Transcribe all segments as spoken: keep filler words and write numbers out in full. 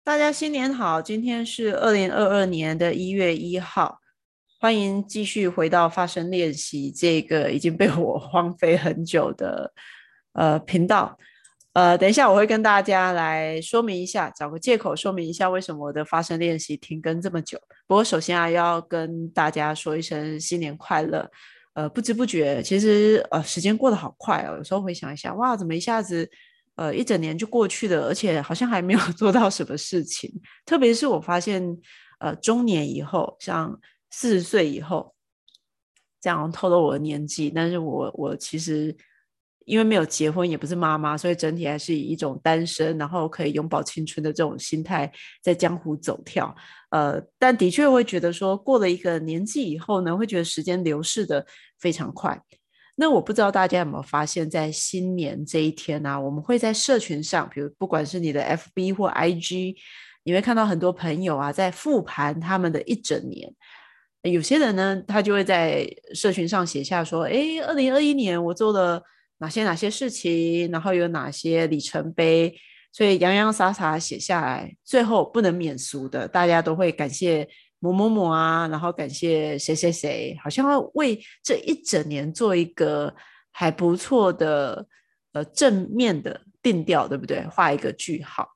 大家新年好，今天是二零二二年的一月一号，欢迎继续回到发声练习这个已经被我荒废很久的呃频道。呃，等一下我会跟大家来说明一下，找个借口说明一下为什么我的发声练习停更这么久。不过首先啊，要跟大家说一声新年快乐。呃，不知不觉，其实呃时间过得好快哦，有时候回想一下，哇，怎么一下子呃一整年就过去了，而且好像还没有做到什么事情。特别是我发现，呃，中年以后，像四十岁以后，这样透露我的年纪，但是我我其实因为没有结婚，也不是妈妈，所以整体还是以一种单身，然后可以永葆青春的这种心态在江湖走跳。呃，但的确会觉得说，过了一个年纪以后呢，会觉得时间流逝的非常快。那我不知道大家有没有发现，在新年这一天呢、啊，我们会在社群上，比如不管是你的 F B 或 I G，你会看到很多朋友啊在复盘他们的一整年。有些人呢，他就会在社群上写下说：“诶，二零二一年我做了哪些哪些事情，然后有哪些里程碑。”所以洋洋洒洒写下来，最后不能免俗的，大家都会感谢某某某啊，然后感谢谁谁谁，好像要为这一整年做一个还不错的呃正面的定调，对不对？画一个句号。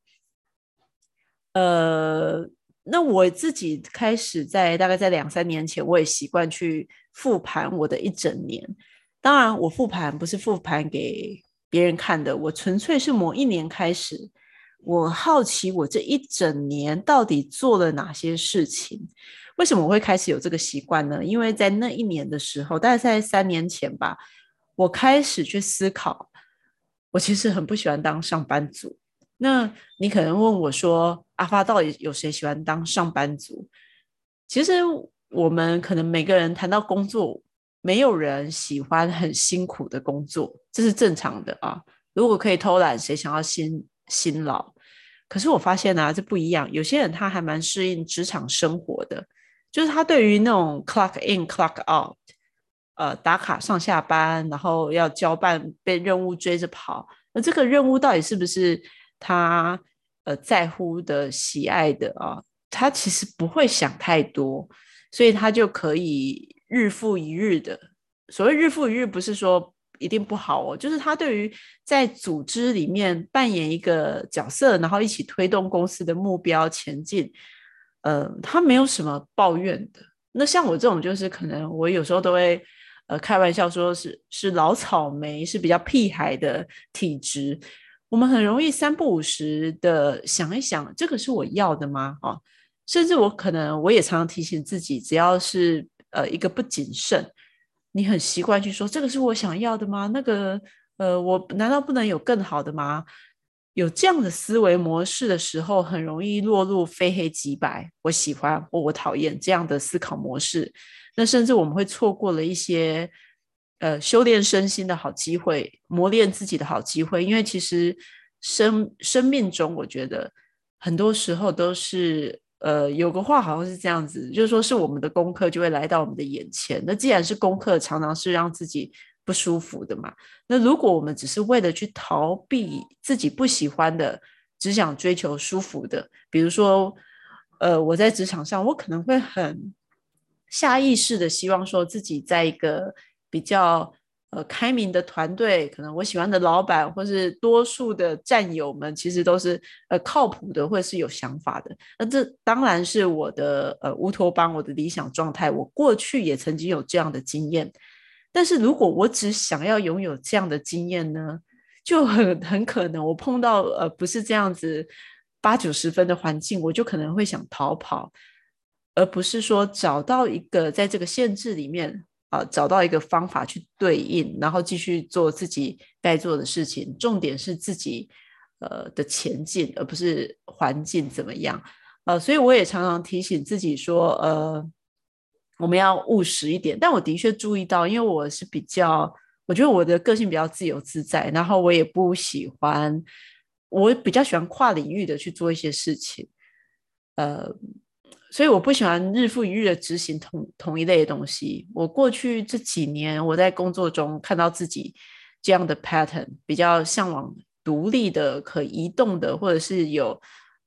呃，那我自己开始在大概在两三年前，我也习惯去复盘我的一整年。当然，我复盘不是复盘给别人看的，我纯粹是某一年开始，我好奇我这一整年到底做了哪些事情。为什么我会开始有这个习惯呢？因为在那一年的时候，大概在三年前吧，我开始去思考，我其实很不喜欢当上班族。那你可能问我说：“阿发到底有谁喜欢当上班族？”其实我们可能每个人谈到工作，没有人喜欢很辛苦的工作，这是正常的啊。如果可以偷懒，谁想要辛辛劳？可是我发现啊，这不一样。有些人他还蛮适应职场生活的，就是他对于那种 clock in clock out，呃，打卡上下班，然后要交办，被任务追着跑。那这个任务到底是不是他呃在乎的、喜爱的啊？他其实不会想太多，所以他就可以日复一日的。所谓日复一日，不是说一定不好哦，就是他对于在组织里面扮演一个角色，然后一起推动公司的目标前进，呃，他没有什么抱怨的。那像我这种，就是可能我有时候都会呃开玩笑说是是老草莓，是比较屁孩的体质。我们很容易三不五时的想一想，这个是我要的吗？啊，甚至我可能我也常常提醒自己，只要是呃一个不谨慎，你很习惯去说这个是我想要的吗？那个呃，我难道不能有更好的吗？有这样的思维模式的时候，很容易落入非黑即白，我喜欢或我讨厌这样的思考模式。那甚至我们会错过了一些呃修炼身心的好机会，磨练自己的好机会。因为其实生生命中，我觉得很多时候都是呃有个话好像是这样子，就是说是我们的功课就会来到我们的眼前。那既然是功课，常常是让自己不舒服的嘛。那如果我们只是为了去逃避自己不喜欢的，只想追求舒服的，比如说，呃，我在职场上，我可能会很下意识的希望说自己在一个比较呃开明的团队，可能我喜欢的老板或是多数的战友们，其实都是呃靠谱的，或者是有想法的。那这当然是我的呃乌托邦，我的理想状态。我过去也曾经有这样的经验，但是如果我只想要拥有这样的经验呢，就很很可能我碰到呃不是这样子八九十分的环境，我就可能会想逃跑，而不是说找到一个在这个限制里面啊、呃找到一个方法去对应，然后继续做自己该做的事情。重点是自己呃的前进，而不是环境怎么样。呃，所以我也常常提醒自己说，呃，我们要务实一点。但我的确注意到，因为我是比较，我觉得我的个性比较自由自在，然后我也不喜欢，我比较喜欢跨领域的去做一些事情。呃，所以我不喜欢日复一日的执行同同一类的东西。我过去这几年，我在工作中看到自己这样的 pattern，比较向往独立的、可移动的，或者是有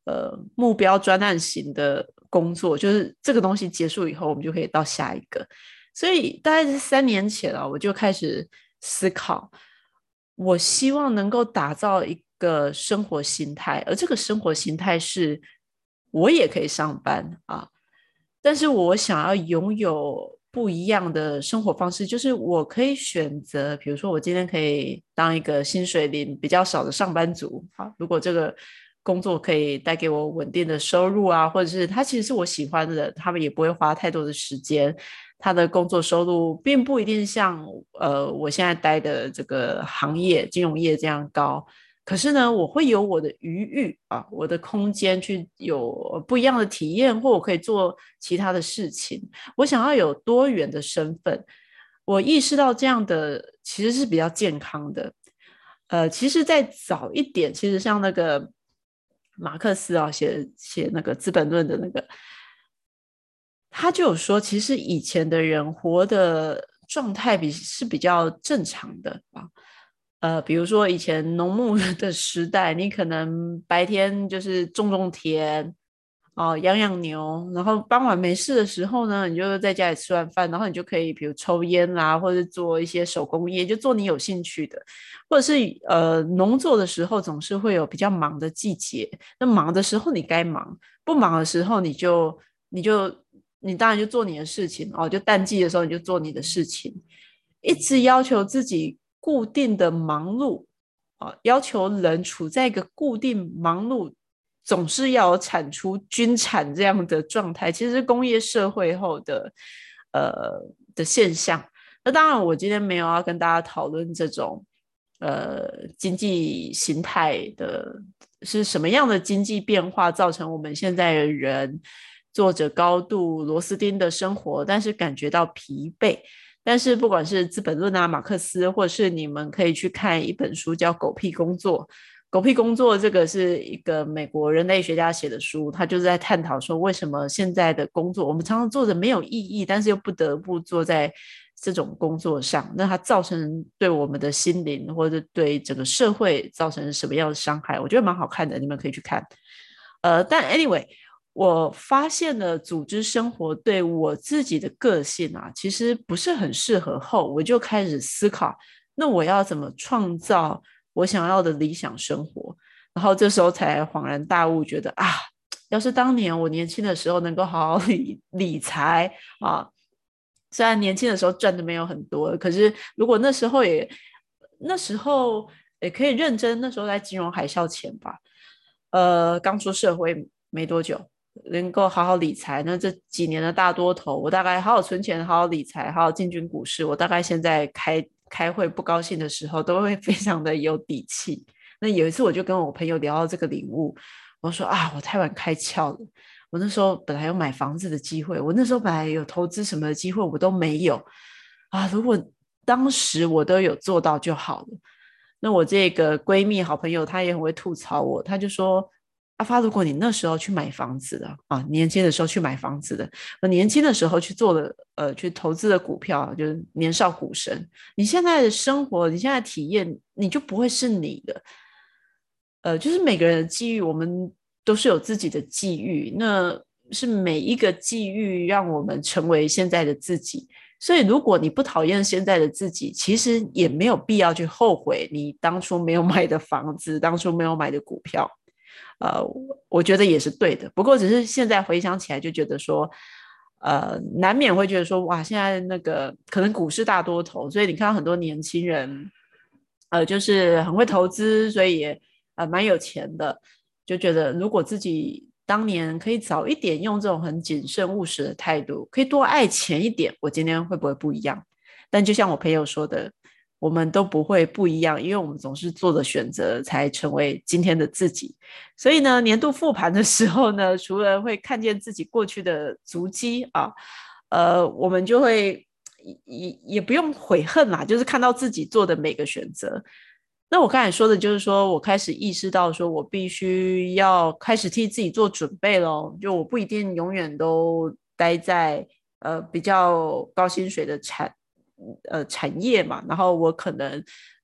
呃目标专案型的工作，就是这个东西结束以后，我们就可以到下一个。所以大概是三年前啊，我就开始思考，我希望能够打造一个生活形态，而这个生活形态是我也可以上班啊，但是我想要拥有不一样的生活方式，就是我可以选择，比如说我今天可以当一个薪水领比较少的上班族啊，如果这个工作可以带给我稳定的收入啊，或者是它其实是我喜欢的，他们也不会花太多的时间，他的工作收入并不一定像呃我现在待的这个行业金融业这样高，可是呢，我会有我的余裕啊，我的空间去有不一样的体验，或我可以做其他的事情。我想要有多元的身份，我意识到这样的其实是比较健康的。呃，其实再早一点，其实像那个马克思啊，写写那个《资本论》的那个，他就有说，其实以前的人活的状态比是比较正常的啊。呃，比如说以前农牧的时代，你可能白天就是种种田，哦，养养牛，然后傍晚没事的时候呢，你就在家里吃完饭，然后你就可以比如抽烟啦，或者做一些手工业，就做你有兴趣的，或者是呃农作的时候总是会有比较忙的季节，那忙的时候你该忙，不忙的时候你就你就你当然就做你的事情哦，就淡季的时候你就做你的事情，一直要求自己固定的忙碌啊，要求人处在一个固定忙碌，总是要有产出均产这样的状态，其实是工业社会后的呃的现象。那当然，我今天没有要跟大家讨论这种呃经济形态的是什么样的经济变化造成我们现在的人做着高度螺丝钉的生活，但是感觉到疲惫。但是不管是《资本论》啊、马克思，或者是你们可以去看一本书叫《狗屁工作》。狗屁工作这个是一个美国人类学家写的书，他就是在探讨说为什么现在的工作我们常常做着没有意义，但是又不得不做在这种工作上，那它造成对我们的心灵或者对整个社会造成什么样的伤害？我觉得蛮好看的，你们可以去看。呃，但 anyway，我发现了组织生活对我自己的个性啊，其实不是很适合后，我就开始思考，那我要怎么创造我想要的理想生活？然后这时候才恍然大悟，觉得啊，要是当年我年轻的时候能够好好理理财啊，虽然年轻的时候赚的没有很多，可是如果那时候也那时候也可以认真，那时候在金融海啸前吧，呃，刚出社会没多久，能够好好理财，那这几年的大多头，我大概好好存钱，好好理财，好好进军股市，我大概现在开开会不高兴的时候，都会非常的有底气。那有一次我就跟我朋友聊到这个领悟，我说啊，我太晚开窍了。我那时候本来有买房子的机会，我那时候本来有投资什么的机会，我都没有啊。如果当时我都有做到就好了。那我这个闺蜜好朋友，她也很会吐槽我，她就说：阿发，如果你那时候去买房子的啊，年轻的时候去买房子的，年轻的时候去做了呃，去投资的股票，就是年少股神，你现在的生活，你现在的体验，你就不会是你的。呃，就是每个人的际遇，我们都是有自己的际遇，那是每一个际遇让我们成为现在的自己。所以，如果你不讨厌现在的自己，其实也没有必要去后悔你当初没有买的房子，当初没有买的股票。呃，我觉得也是对的。不过，只是现在回想起来，就觉得说，呃，难免会觉得说，哇，现在那个可能股市大多头，所以你看到很多年轻人，呃，就是很会投资，所以也呃蛮有钱的，就觉得如果自己当年可以早一点用这种很谨慎务实的态度，可以多爱钱一点，我今天会不会不一样？但就像我朋友说的，我们都不会不一样，因为我们总是做的选择才成为今天的自己。所以呢，年度复盘的时候呢，除了会看见自己过去的足迹啊，呃，我们就会也也不用悔恨啦，就是看到自己做的每个选择。那我刚才说的就是说我开始意识到说我必须要开始替自己做准备咯，就我不一定永远都待在呃比较高薪水的产呃产业嘛，然后我可能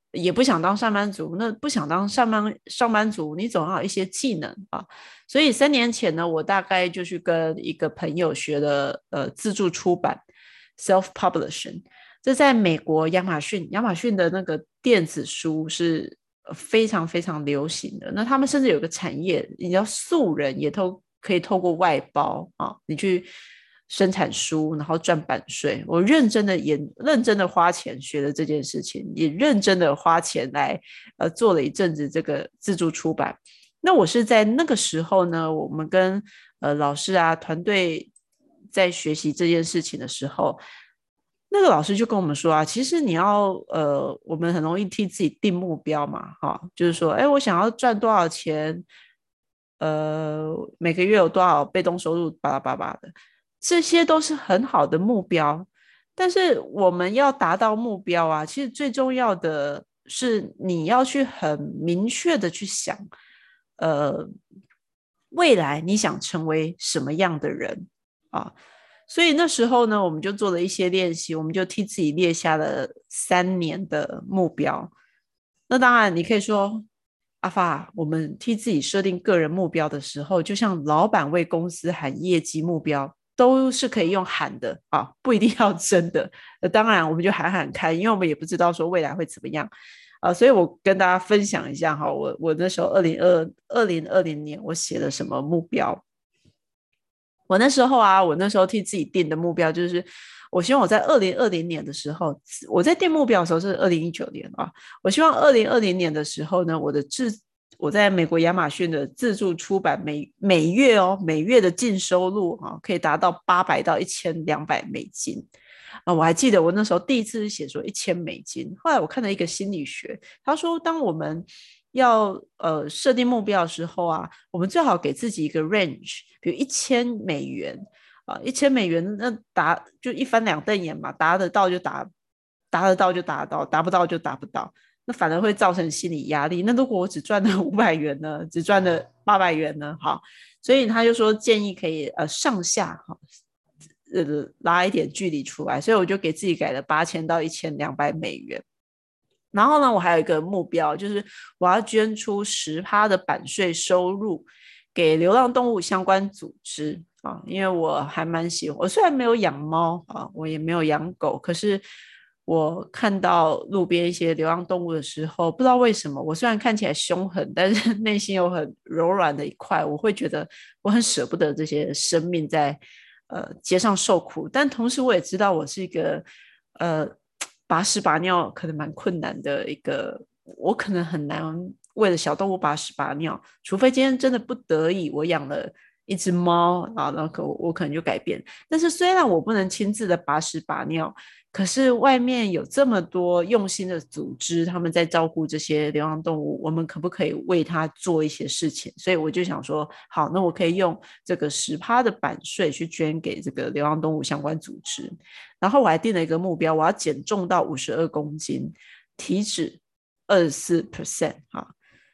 也不想当上班族，那不想当上班上班族，你总要有一些技能啊。所以三年前呢，我大概就去跟一个朋友学了呃自助出版 self publishing。这在美国亚马逊，亚马逊的那个电子书是非常非常流行的。那他们甚至有个产业，你要素人也都可以透过外包啊，你去生产书，然后赚版税。我认真的也认真的花钱学了这件事情，也认真的花钱来呃做了一阵子这个自助出版。那我是在那个时候呢，我们跟呃老师啊团队在学习这件事情的时候，那个老师就跟我们说啊，其实你要呃，我们很容易替自己定目标嘛，哈，就是说，哎，我想要赚多少钱，呃，每个月有多少被动收入，巴拉巴拉的，这些都是很好的目标。但是我们要达到目标啊，其实最重要的是你要去很明确的去想，呃，未来你想成为什么样的人啊？所以那时候呢，我们就做了一些练习，我们就替自己列下了三年的目标。那当然，你可以说，阿发，我们替自己设定个人目标的时候，就像老板为公司喊业绩目标，都是可以用喊的啊，不一定要真的。呃，当然，我们就喊喊看，因为我们也不知道说未来会怎么样。啊，所以我跟大家分享一下哈，我我那时候二零二二零二零年我写了什么目标。我那时候啊，我那时候替自己定的目标就是，我希望我在二零二零年的时候，我在定目标的时候是二零一九年啊，我希望二零二零年的时候呢，我的自我在美国亚马逊的自助出版每每月哦，每月的净收入啊，可以达到八百到一千两百美金啊。我还记得我那时候第一次写说一千美金，后来我看了一个心理学，他说当我们要呃设定目标的时候啊，我们最好给自己一个 range，比如一千美元啊，一千美元那达就一翻两瞪眼嘛，达得到就达，达得到就达得到，达不到就达不到，那反而会造成心理压力。那如果我只赚了五百元呢，只赚了八百元呢？好，所以他就说建议可以呃上下哈。呃，拉一点距离出来，所以我就给自己改了八千到一千两百美元。然后呢，我还有一个目标，就是我要捐出十趴的版税收入给流浪动物相关组织啊，因为我还蛮喜欢。我虽然没有养猫啊，我也没有养狗，可是我看到路边一些流浪动物的时候，不知道为什么，我虽然看起来凶狠，但是内心有很柔软的一块，我会觉得我很舍不得这些生命在呃街上受苦，但同时我也知道我是一个呃。把屎把尿可能蛮困难的一个，我可能很难为了小动物把屎把尿，除非今天真的不得已，我养了一只猫啊，然后我可能就改变。但是虽然我不能亲自的把屎把尿，可是外面有这么多用心的组织，他们在照顾这些流浪动物，我们可不可以为他做一些事情？所以我就想说，好，那我可以用这个十趴的版税去捐给这个流浪动物相关组织。然后我还定了一个目标，我要减重到五十二公斤，体脂二十四 percent 哈。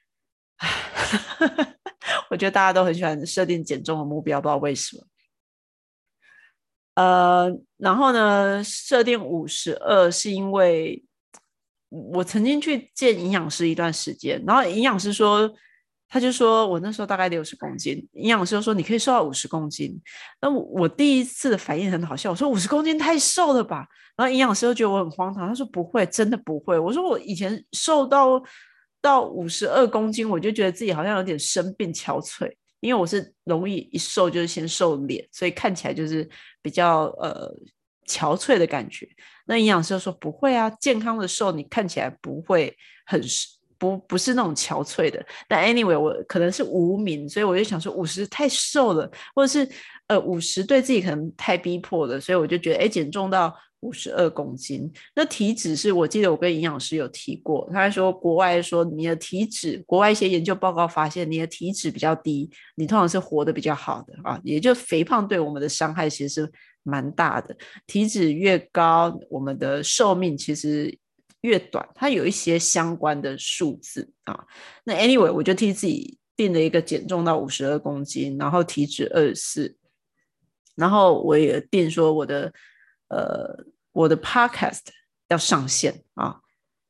我觉得大家都很喜欢设定减重的目标，不知道为什么。呃，然后呢，设定五十二是因为我曾经去见营养师一段时间，然后营养师说，他就说我那时候大概六十公斤，营养师就说你可以瘦到五十公斤。那我第一次的反应很好笑，我说五十公斤太瘦了吧？然后营养师就觉得我很荒唐，他说不会，真的不会。我说我以前瘦到到五十二公斤，我就觉得自己好像有点生病憔悴。因为我是容易一瘦就是先瘦脸，所以看起来就是比较呃憔悴的感觉。那营养师就说不会啊，健康的瘦你看起来不会很不不是那种憔悴的。但 anyway 我可能是无名，所以我就想说五十太瘦了，或者是呃五十对自己可能太逼迫了，所以我就觉得哎减重到五十二公斤。那体脂是我记得我跟营养师有提过，他说国外说你的体脂，国外一些研究报告发现你的体脂比较低，你通常是活得比较好的啊，也就肥胖对我们的伤害其实是蛮大的，体脂越高，我们的寿命其实越短，它有一些相关的数字啊。那 anyway 我就替自己定了一个减重到五十二公斤，然后体脂二十四，然后我也定说我的呃我的 podcast 要上线啊，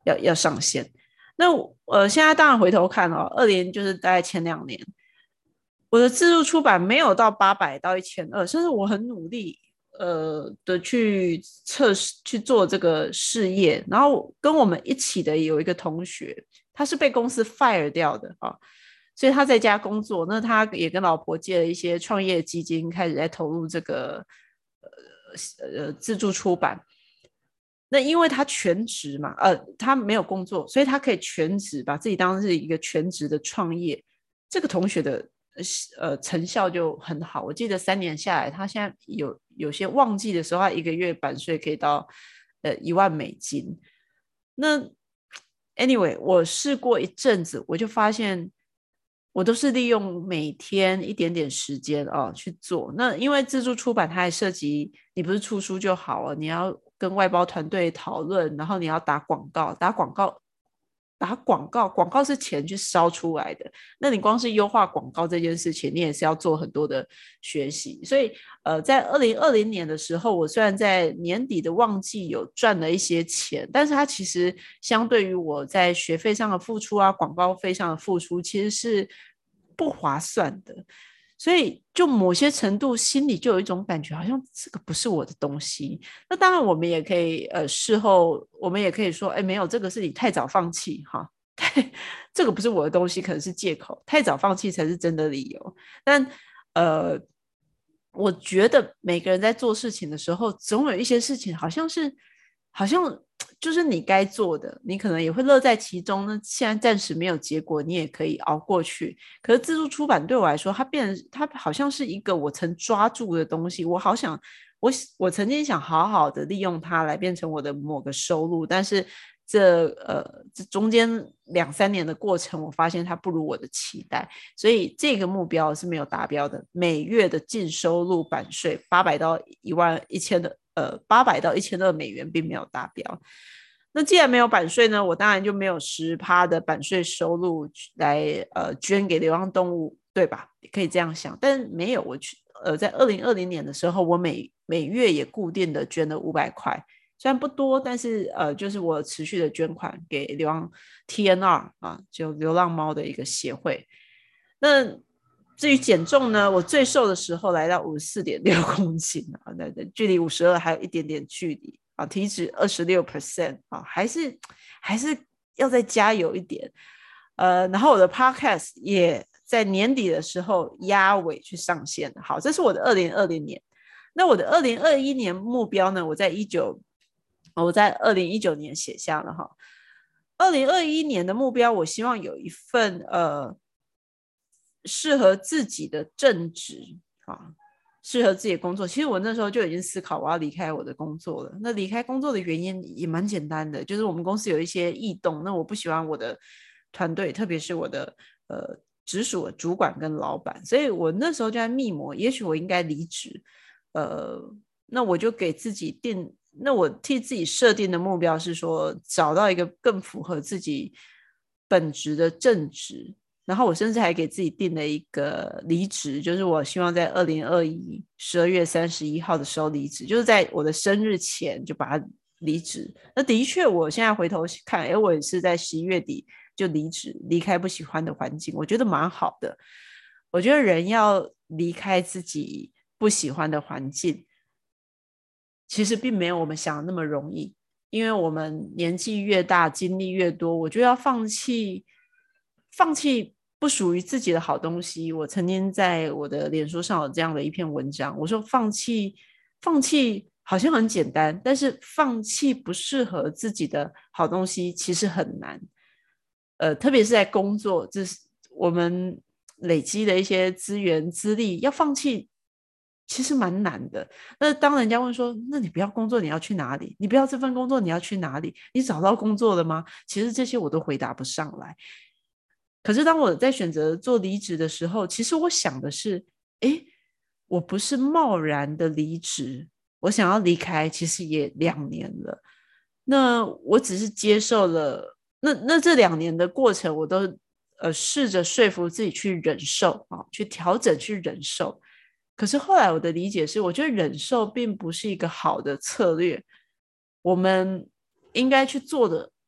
要要上线。那呃，现在当然回头看哦，二零就是大概前两年，我的自助出版没有到八百到一千二，甚至我很努力呃的去测试去做这个事业，然后跟我们一起的有一个同学，他是被公司 fire 掉的啊，所以他在家工作，那他也跟老婆借了一些创业基金，开始在投入这个呃呃自助出版。那因为他全职嘛，呃，他没有工作，所以他可以全职把自己当成是一个全职的创业。这个同学的呃成效就很好，我记得三年下来，他现在有有些旺季的时候，他一个月版税可以到呃一万美金。那 anyway， 我试过一阵子，我就发现我都是利用每天一点点时间哦去做。那因为自助出版，它还涉及你不是出书就好了，你要跟外包团队讨论，然后你要打广告，打广告。打广告，广告是钱去烧出来的。那你光是优化广告这件事情，你也是要做很多的学习。所以，呃，在二零二零年的时候，我虽然在年底的旺季有赚了一些钱，但是它其实相对于我在学费上的付出啊、广告费上的付出，其实是不划算的。所以就某些程度心里就有一种感觉，好像这个不是我的东西。那当然我们也可以呃事后我们也可以说，哎，没有，这个是你太早放弃哈，这个不是我的东西，可能是借口，太早放弃才是真的理由。但呃我觉得每个人在做事情的时候，总有一些事情好像是好像就是你该做的，你可能也会乐在其中呢。现在暂时没有结果，你也可以熬过去。可是自助出版对我来说，它变它好像是一个我曾抓住的东西，我好想我我曾经想好好的利用它来变成我的某个收入，但是这呃这中间两三年的过程，我发现它不如我的期待，所以这个目标是没有达标的。每月的净收入版税八百到一万一千的呃八百到一千二美元并没有达标。那既然没有版税呢，我当然就没有十趴的版税收入来呃捐给流浪动物，对吧？可以这样想，但没有，我去呃在二零二零年的时候，我每每月也固定的捐了五百块，虽然不多，但是呃就是我持续的捐款给流浪 T N R 啊，就流浪猫的一个协会。那至于减重呢，我最瘦的时候来到五十四点六公斤啊，那距离五十二还有一点点距离啊，体脂二十六 percent 啊，还是还是要再加油一点。呃，然后我的 podcast 也在年底的时候压尾去上线。好，这是我的二零二零年。那我的二零二一年目标呢？我在一九，我在二零一九年写下了哈。二零二一年的目标，我希望有一份呃适合自己的正职啊，适合自己的工作。其实我那时候就已经思考我要离开我的工作了。那离开工作的原因也蛮简单的，就是我们公司有一些异动，那我不喜欢我的团队，特别是我的呃直属的主管跟老板，所以我那时候就在密谋，也许我应该离职。呃，那我就给自己定，那我替自己设定的目标是说，找到一个更符合自己本职的正职。然后我甚至还给自己定了一个离职，就是我希望在二零二一十二月三十一号的时候离职，就是在我的生日前就把它离职。那的确，我现在回头看，哎，我也是在十一月底就离职，离开不喜欢的环境，我觉得蛮好的。我觉得人要离开自己不喜欢的环境，其实并没有我们想的那么容易，因为我们年纪越大，经历越多，我就要放弃，放弃不属于自己的好东西。我曾经在我的脸书上有这样的一篇文章，我说放弃，放弃好像很简单，但是放弃不适合自己的好东西其实很难。呃，特别是在工作，这是我们累积的一些资源资历，要放弃其实蛮难的。那当人家问说，那你不要工作你要去哪里？你不要这份工作你要去哪里？你找到工作了吗？其实这些我都回答不上来。可是当我在选择做离职的时候，其实我想的是，诶，我不是贸然的离职，我想要离开，其实也两年了。那我只是接受了，那那这两年的过程，我都呃试着说服自己去忍受啊，去调整，去忍受。可是后来我的理解是，我觉得忍受并不是一个好的策略。我们应该去做的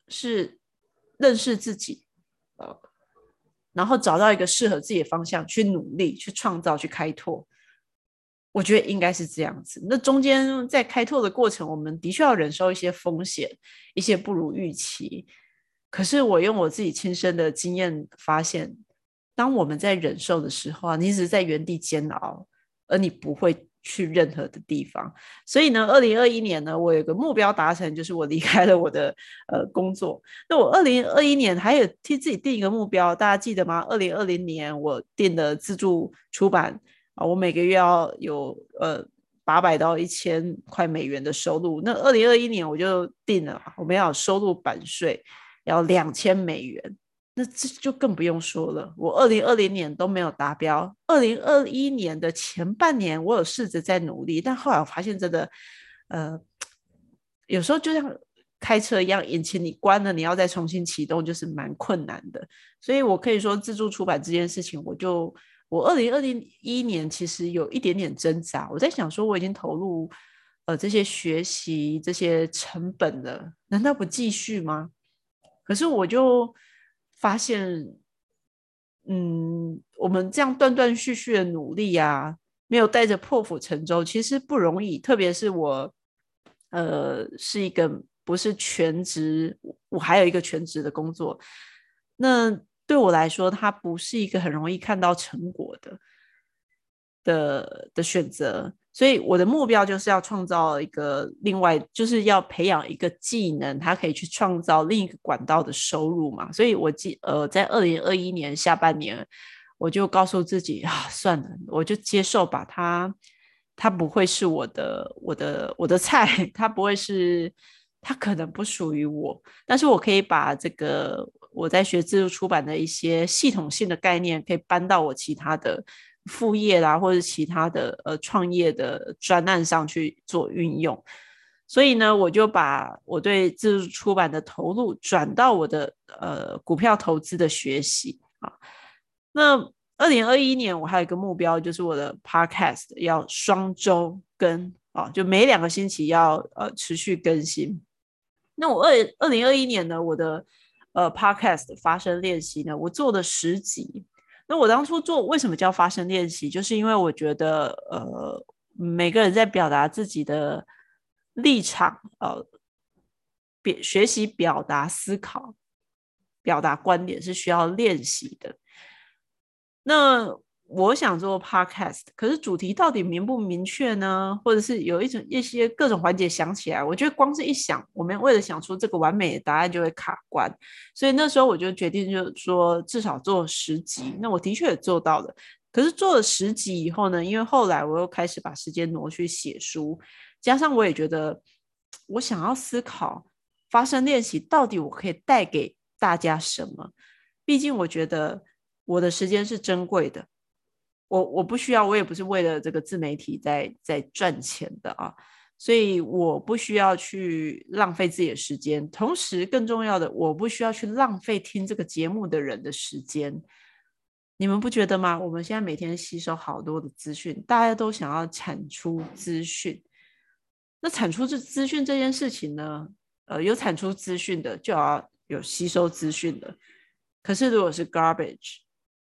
是认识自己，呃，然后找到一个适合自己的方向去努力、去创造、去开拓。我觉得应该是这样子。那中间在开拓的过程，我们的确要忍受一些风险，一些不如预期。可是我用我自己亲身的经验发现，当我们在忍受的时候啊，你只是在原地煎熬，而你不会去任何的地方。所以呢，二零二一年呢，我有个目标达成，就是我离开了我的呃工作。那我二零二一年还有替自己定一个目标，大家记得吗？二零二零年我定的自助出版啊，我每个月要有呃八百到一千块美元的收入。那二零二一年我就定了，我们要有收入版税要两千美元。那这就更不用说了，我二零二零年都没有达标，二零二一年的前半年我有试着在努力，但后来我发现真的，呃，有时候就像开车一样，引擎你关了，你要再重新启动，就是蛮困难的。所以我可以说，自助出版这件事情，我就我二零二零一年其实有一点点挣扎，我在想说，我已经投入呃这些学习这些成本了，难道不继续吗？可是我就发现，嗯，我们这样断断续续的努力啊，没有带着破釜沉舟，其实不容易。特别是我，呃，是一个不是全职，我还有一个全职的工作，那对我来说，它不是一个很容易看到成果的。的的选择，所以我的目标就是要创造一个另外，就是要培养一个技能，它可以去创造另一个管道的收入嘛。所以我记呃，在二零二一年下半年，我就告诉自己啊，算了，我就接受吧，它它不会是我的我的我的菜，它不会是。它可能不属于我，但是我可以把这个我在学自助出版的一些系统性的概念，可以搬到我其他的副业啦，或者其他的呃创业的专案上去做运用。所以呢，我就把我对自助出版的投入转到我的呃股票投资的学习啊。那二零二一年我还有一个目标，就是我的 podcast 要双周更啊，就每两个星期要呃持续更新。那我二二零二一年呢，我的呃 podcast 发声练习呢，我做了十集。那我当初做为什么叫发声练习，就是因为我觉得呃每个人在表达自己的立场，呃，学习表达思考、表达观点是需要练习的。那我想做 podcast，可是主题到底明不明确呢？或者是有一种一些各种环节想起来，我觉得光是一想，我们为了想出这个完美的答案就会卡关。所以那时候我就决定，就是说至少做十集。那我的确也做到了。可是做了十集以后呢，因为后来我又开始把时间挪去写书，加上我也觉得我想要思考发声练习到底我可以带给大家什么。毕竟我觉得我的时间是珍贵的。我我不需要，我也不是为了这个自媒体在在赚钱的啊，所以我不需要去浪费自己的时间。同时，更重要的，我不需要去浪费听这个节目的人的时间。你们不觉得吗？我们现在每天吸收好多的资讯，大家都想要产出资讯。那产出这资讯这件事情呢，呃，有产出资讯的，就要有吸收资讯的。可是如果是 garbage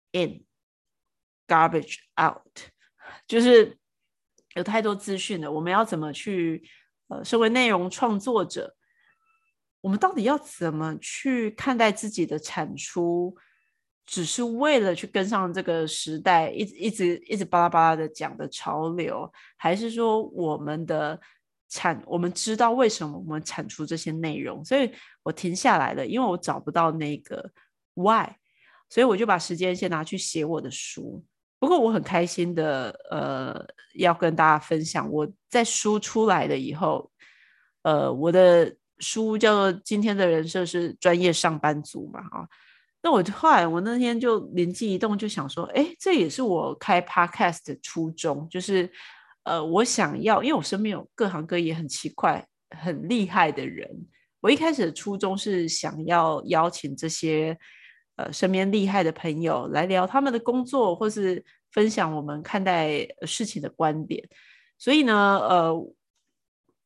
in。garbage out， 就是有太多资讯了，我们要怎么去呃，身为内容创作者，我们到底要怎么去看待自己的产出？只是为了去跟上这个时代，一直一直一直巴拉巴拉的讲的潮流，还是说我们的产，我们知道为什么我们产出这些内容？所以我停下来了，因为我找不到那个 why， 所以我就把时间先拿去写我的书。不过我很开心的，呃，要跟大家分享，我在书出来了以后，呃，我的书叫做《今天的人设是专业上班族》嘛，啊，那我后来我那天就灵机一动，就想说，哎，这也是我开 podcast 的初衷，就是呃，我想要，因为我身边有各行各业很奇怪、很厉害的人，我一开始的初衷是想要邀请这些呃身边厉害的朋友来聊他们的工作，或是分享我们看待事情的观点。所以呢，呃，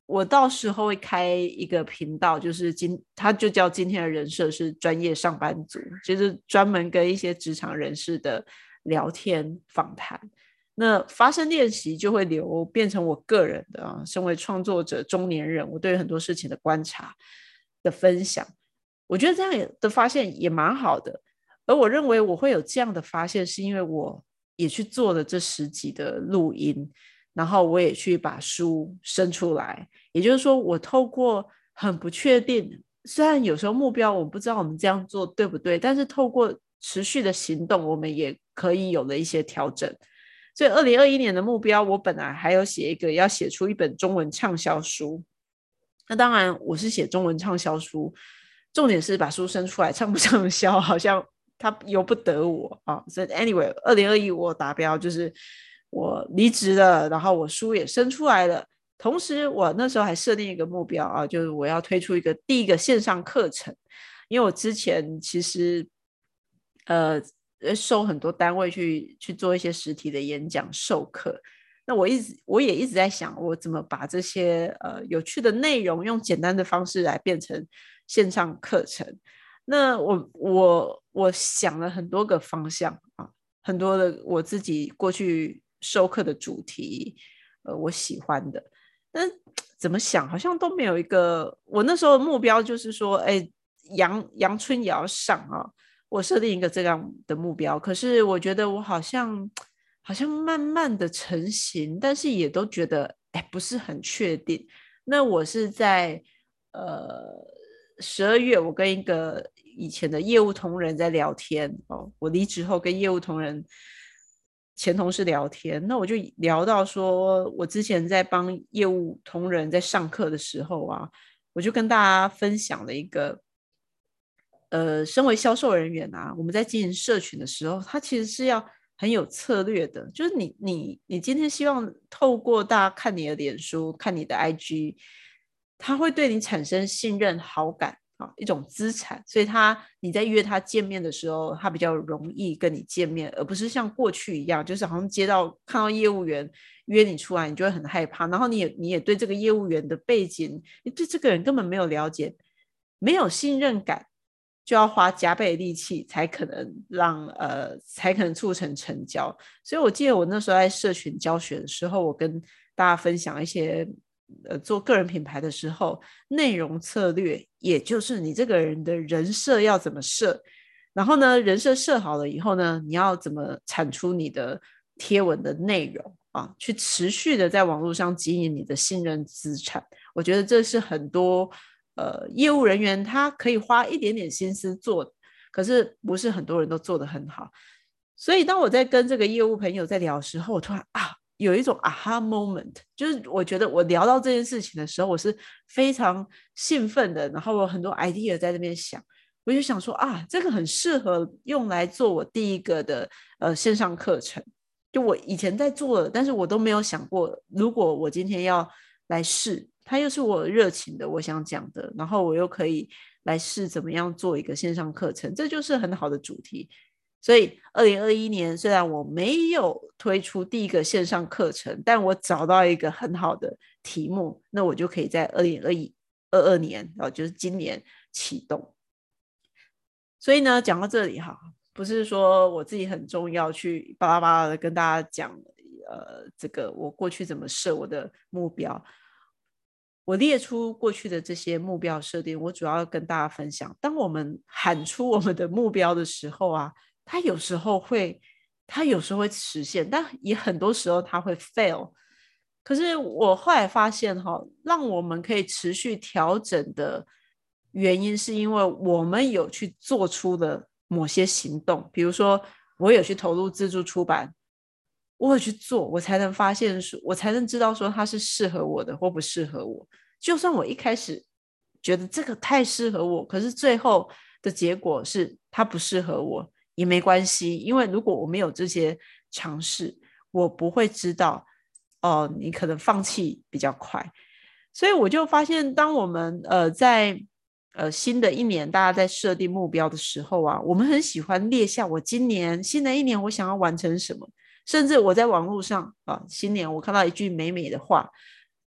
我到时候会开一个频道，就是今它就叫今天的人设是专业上班族，就是专门跟一些职场人士的聊天访谈。那发声练习就会留变成我个人的啊，身为创作者中年人，我对很多事情的观察的分享，我觉得这样的发现也蛮好的。而我认为我会有这样的发现，是因为我也去做了这十集的录音，然后我也去把书生出来。也就是说，我透过很不确定，虽然有时候目标我不知道我们这样做对不对，但是透过持续的行动，我们也可以有了一些调整。所以二零二一年的目标，我本来还有写一个要写出一本中文畅销书。那当然我是写中文畅销书，重点是把书生出来，畅不畅销好像他由不得我啊。所以 anyway 二零二一我达标，就是我离职了，然后我书也生出来了，同时我那时候还设定一个目标啊，就是我要推出一个第一个线上课程。因为我之前其实呃受很多单位去去做一些实体的演讲授课，那我一直我也一直在想，我怎么把这些呃有趣的内容用简单的方式来变成线上课程。那我我我想了很多个方向啊，很多的我自己过去授课的主题，呃，我喜欢的，但怎么想好像都没有一个。我那时候的目标就是说，哎，阳阳春也要上啊，我设定一个这样的目标。可是我觉得我好像好像慢慢的成型，但是也都觉得哎不是很确定。那我是在呃十二月，我跟一个以前的业务同仁在聊天哦，我离职后跟业务同仁前同事聊天，那我就聊到说，我之前在帮业务同仁在上课的时候啊，我就跟大家分享了一个，呃，身为销售人员啊，我们在经营社群的时候，它其实是要很有策略的。就是你你你今天希望透过大家看你的脸书、看你的 I G，他会对你产生信任、好感啊，一种资产。所以他你在约他见面的时候，他比较容易跟你见面，而不是像过去一样，就是好像接到看到业务员约你出来，你就会很害怕，然后你也你也对这个业务员的背景，你对这个人根本没有了解，没有信任感。就要花加倍的力气才可能让呃才可能促成成交。所以我记得我那时候在社群教学的时候，我跟大家分享一些呃做个人品牌的时候，内容策略，也就是你这个人的人设要怎么设，然后呢人设设好了以后呢，你要怎么产出你的贴文的内容啊，去持续的在网络上经营你的信任资产。我觉得这是很多呃，业务人员他可以花一点点心思做，可是不是很多人都做得很好。所以当我在跟这个业务朋友在聊的时候，我突然啊有一种 aha moment， 就是我觉得我聊到这件事情的时候，我是非常兴奋的，然后有很多 idea 在那边想，我就想说啊，这个很适合用来做我第一个的呃线上课程。就我以前在做的，但是我都没有想过，如果我今天要来试，它又是我热情的，我想讲的，然后我又可以来试怎么样做一个线上课程，这就是很好的主题。所以二零二一年虽然我没有推出第一个线上课程，但我找到一个很好的题目，那我就可以在二零二一、二二年，然后就是今年启动。所以呢，讲到这里哈，不是说我自己很重要去巴拉巴拉的跟大家讲，呃，这个我过去怎么设我的目标。我列出过去的这些目标设定，我主要跟大家分享。当我们喊出我们的目标的时候啊，它有时候会，它有时候会实现，但也很多时候它会 fail。可是我后来发现哈，让我们可以持续调整的原因，是因为我们有去做出的某些行动，比如说我有去投入自助出版，我有去做，我才能发现说，我才能知道说它是适合我的或不适合我。就算我一开始觉得这个太适合我，可是最后的结果是它不适合我，也没关系，因为如果我没有这些尝试，我不会知道哦，你可能放弃比较快。所以我就发现，当我们呃在呃新的一年大家在设定目标的时候啊，我们很喜欢列下我今年新的一年我想要完成什么。甚至我在网络上啊，新年我看到一句美美的话，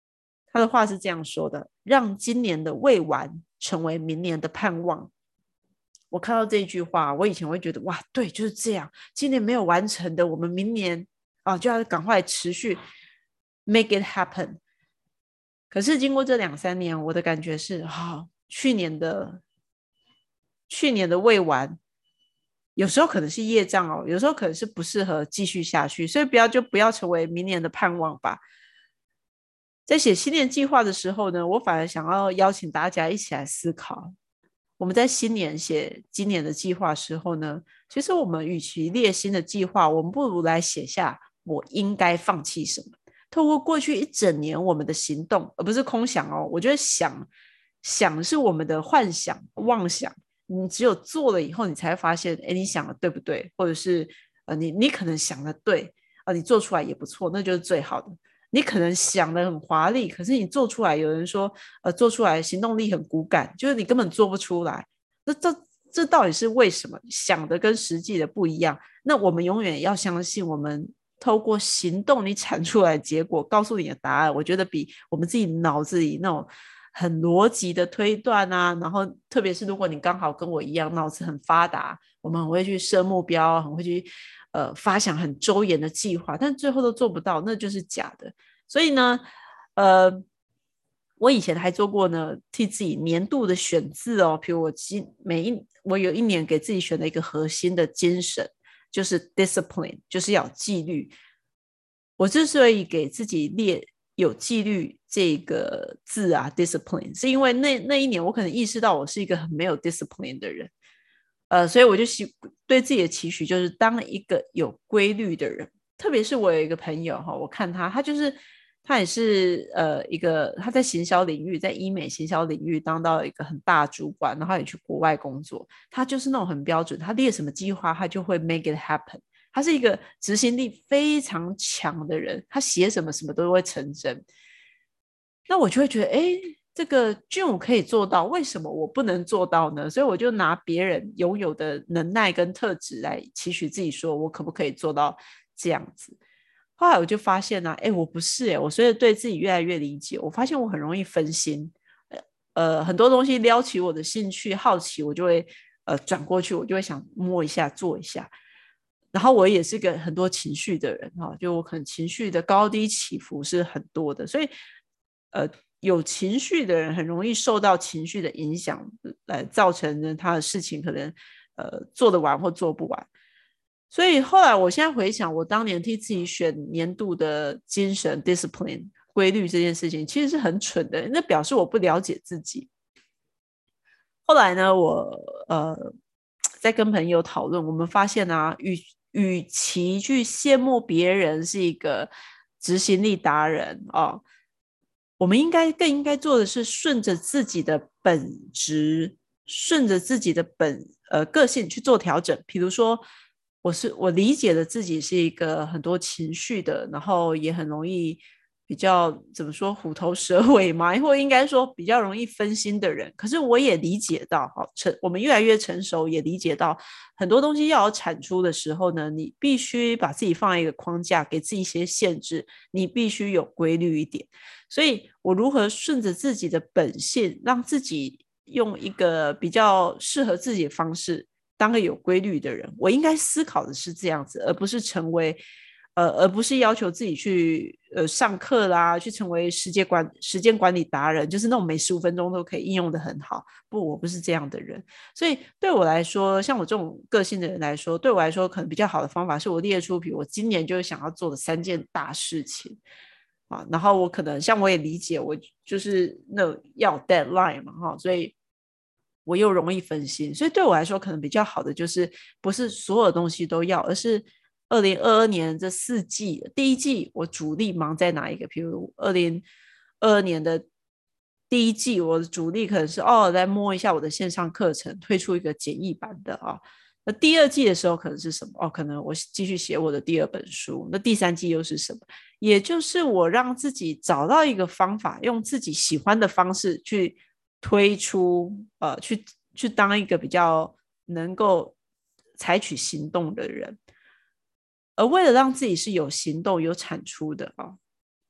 他的话是这样说的：让今年的未完成为明年的盼望。我看到这句话，我以前会觉得哇，对，就是这样，今年没有完成的，我们明年啊就要赶快持续 make it happen。可是经过这两三年，我的感觉是，哦，去年的去年的未完，有时候可能是业障哦，有时候可能是不适合继续下去，所以不要就不要成为明年的盼望吧。在写新年计划的时候呢，我反而想要邀请大家一起来思考。我们在新年写今年的计划时候呢，其实我们与其列新的计划，我们不如来写下我应该放弃什么。透过过去一整年我们的行动，而不是空想哦。我觉得想想是我们的幻想、妄想，你只有做了以后，你才会发现，哎，你想的对不对？或者是呃，你你可能想的对，呃，你做出来也不错，那就是最好的。你可能想的很华丽，可是你做出来，有人说，呃，做出来行动力很骨感，就是你根本做不出来。那这这到底是为什么？想的跟实际的不一样。那我们永远要相信，我们透过行动，你产出来的结果，告诉你的答案，我觉得比我们自己脑子里那种很逻辑的推断啊，然后特别是如果你刚好跟我一样脑子很发达，我们很会去设目标，很会去呃发想很周延的计划，但最后都做不到，那就是假的。所以呢，呃，我以前还做过呢，替自己年度的选字哦，比如我今每一我有一年给自己选了一个核心的精神，就是 discipline， 就是要有纪律。我之所以给自己列有纪律这个字啊 discipline， 是因为那那一年我可能意识到我是一个很没有 discipline 的人，呃，所以我就对自己的期许就是当一个有规律的人。特别是我有一个朋友哈，我看他，他就是他也是呃一个他在行销领域，在医美行销领域当到一个很大主管，然后也去国外工作。他就是那种很标准，他列什么计划，他就会 make it happen。他是一个执行力非常强的人，他写什么什么都会成真。那我就会觉得，哎，这个俊武可以做到，为什么我不能做到呢？所以我就拿别人拥有的能耐跟特质来期许自己，说我可不可以做到这样子。后来我就发现呢、啊，哎，我不是哎，我随着对自己越来越理解，我发现我很容易分心，呃，很多东西撩起我的兴趣、好奇，我就会呃转过去，我就会想摸一下、做一下。然后我也是个很多情绪的人哈，就我可能情绪的高低起伏是很多的，所以呃有情绪的人很容易受到情绪的影响，来造成呢他的事情可能呃做得完或做不完。所以后来我现在回想，我当年替自己选年度的精神 discipline 规律这件事情，其实是很蠢的，那表示我不了解自己。后来呢，我呃在跟朋友讨论，我们发现啊，与与其去羡慕别人是一个执行力达人哦，我们应该更应该做的是顺着自己的本质，顺着自己的本呃个性去做调整。比如说，我是我理解的自己是一个很多情绪的，然后也很容易比较怎么说虎头蛇尾嘛，或应该说比较容易分心的人。可是我也理解到，好成我们越来越成熟，也理解到很多东西要有产出的时候呢，你必须把自己放在一个框架，给自己一些限制，你必须有规律一点。所以我如何顺着自己的本性，让自己用一个比较适合自己的方式当个有规律的人，我应该思考的是这样子，而不是成为呃，而不是要求自己去呃上课啦，去成为时间管时间管理达人，就是那种每十五分钟都可以应用的很好。不，我不是这样的人。所以对我来说，像我这种个性的人来说，对我来说可能比较好的方法是我列出，比如我今年就是想要做的三件大事情。啊，然后我可能像我也理解，我就是那要 deadline 嘛，哈，所以我又容易分心，所以对我来说可能比较好的就是不是所有东西都要，而是二零二二年这四季第一季我主力忙在哪一个？比如二零二二年的第一季，我的主力可能是哦，来摸一下我的线上课程，推出一个简易版的啊。那第二季的时候可能是什么？哦，可能我继续写我的第二本书。那第三季又是什么？也就是我让自己找到一个方法，用自己喜欢的方式去推出，呃，去去当一个比较能够采取行动的人。而为了让自己是有行动、有产出的啊，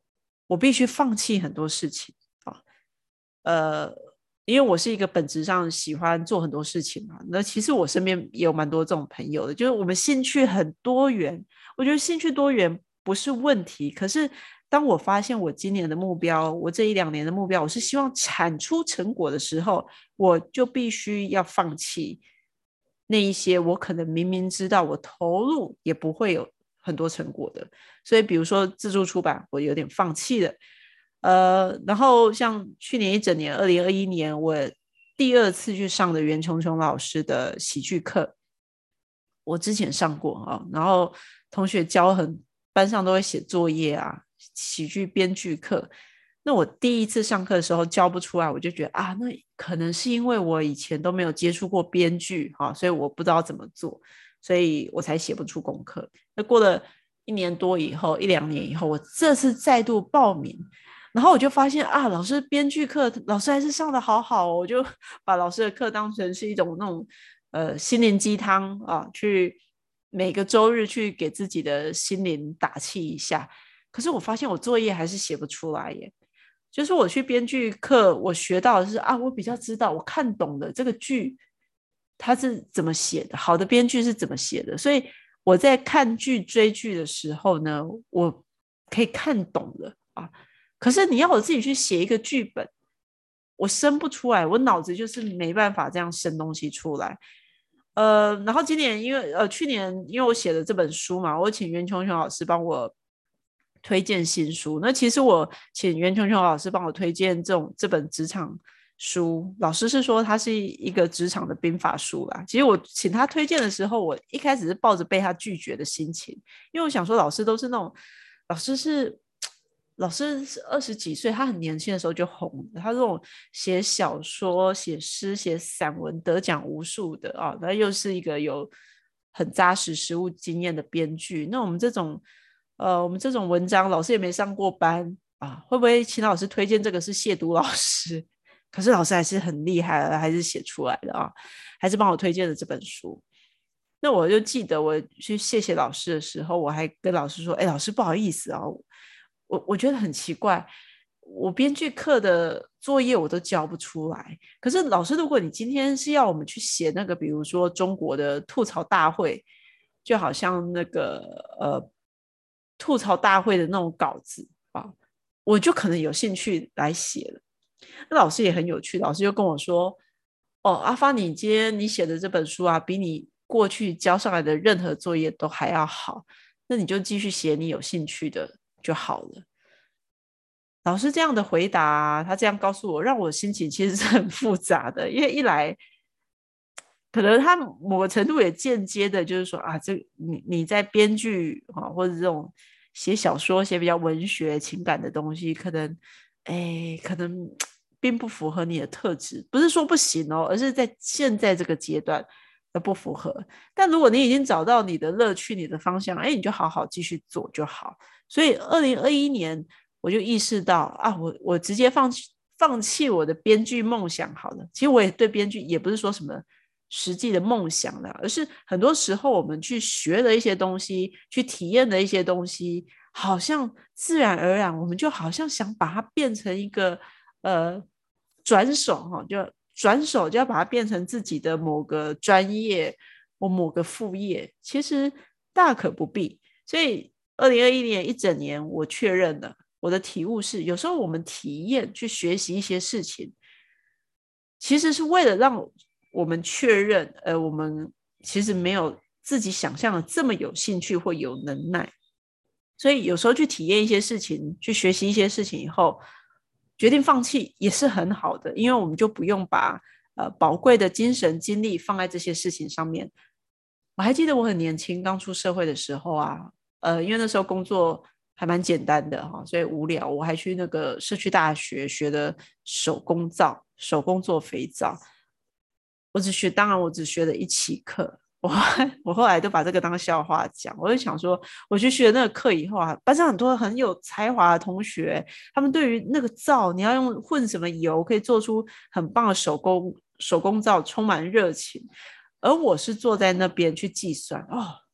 我必须放弃很多事情啊，呃，因为我是一个本质上喜欢做很多事情嘛。那其实我身边也有蛮多这种朋友的，就是我们兴趣很多元。我觉得兴趣多元不是问题，可是当我发现我今年的目标，我这一两年的目标，我是希望产出成果的时候，我就必须要放弃那一些我可能明明知道我投入也不会有很多成果的。所以比如说自助出版我有点放弃了，呃，然后像去年一整年二零二一年我第二次去上的袁琼琼老师的喜剧课，我之前上过啊，然后同学教很，班上都会写作业啊，喜剧编剧课。那我第一次上课的时候教不出来，我就觉得啊，那可能是因为我以前都没有接触过编剧啊，所以我不知道怎么做，所以我才写不出功课。那过了一年多以后，一两年以后，我这次再度报名，然后我就发现啊，老师编剧课老师还是上的好好哦，我就把老师的课当成是一种那种呃心灵鸡汤啊，去每个周日去给自己的心灵打气一下。可是我发现我作业还是写不出来耶。就是我去编剧课，我学到的是啊，我比较知道，我看懂了这个剧它是怎么写的，好的编剧是怎么写的，所以我在看剧追剧的时候呢，我可以看懂了啊。可是你要我自己去写一个剧本，我生不出来，我脑子就是没办法这样生东西出来。呃，然后今年因为呃去年因为我写了这本书嘛，我请袁琼琼老师帮我推荐新书。那其实我请袁琼琼老师帮我推荐这种这本职场书，老师是说它是一个职场的兵法书啦。其实我请他推荐的时候，我一开始是抱着被他拒绝的心情，因为我想说老师都是那种老师是老师是二十几岁，他很年轻的时候就红了，他这种写小说、写诗、写散文得奖无数的啊，他又是一个有很扎实实务经验的编剧。那我们这种呃，我们这种文章老师也没上过班啊，会不会请老师推荐这个是亵渎老师？可是老师还是很厉害的，还是写出来的啊，还是帮我推荐了这本书。那我就记得我去谢谢老师的时候，我还跟老师说：“哎，老师不好意思啊，我我觉得很奇怪，我编剧课的作业我都交不出来。可是老师，如果你今天是要我们去写那个，比如说中国的吐槽大会，就好像那个呃吐槽大会的那种稿子啊，我就可能有兴趣来写了。”那老师也很有趣，老师就跟我说：“哦，阿发，你今天你写的这本书啊，比你过去交上来的任何作业都还要好，那你就继续写你有兴趣的就好了。”老师这样的回答，他这样告诉我，让我心情其实是很复杂的。因为一来，可能他某个程度也间接的，就是说啊，这你你在编剧啊，或者这种写小说、写比较文学、情感的东西，可能，哎，可能并不符合你的特质。不是说不行哦，而是在现在这个阶段的不符合。但如果你已经找到你的乐趣、你的方向，哎，你就好好继续做就好。所以，二零二一年我就意识到啊，我我直接放弃放弃我的编剧梦想好了。其实我也对编剧也不是说什么实际的梦想了，而是很多时候我们去学的一些东西，去体验的一些东西，好像自然而然，我们就好像想把它变成一个呃转手哈，就转手就要把它变成自己的某个专业或某个副业，其实大可不必。所以二零二一年一整年，我确认了我的体悟是，有时候我们体验去学习一些事情，其实是为了让我们确认，呃，我们其实没有自己想象的这么有兴趣或有能耐。所以有时候去体验一些事情，去学习一些事情以后，决定放弃也是很好的，因为我们就不用把呃宝贵的精神精力放在这些事情上面。我还记得我很年轻，刚出社会的时候啊，呃，因为那时候工作还蛮简单的哈，所以无聊，我还去那个社区大学学的手工皂，手工做肥皂。我只学，当然我只学了一期课，我我后来都把这个当笑话讲。我就想说，我去学那个课以后啊，班上很多很有才华的同学，他们对于那个皂，你要用混什么油，可以做出很棒的手工手工皂，充满热情。而我是坐在那边去计算，哦，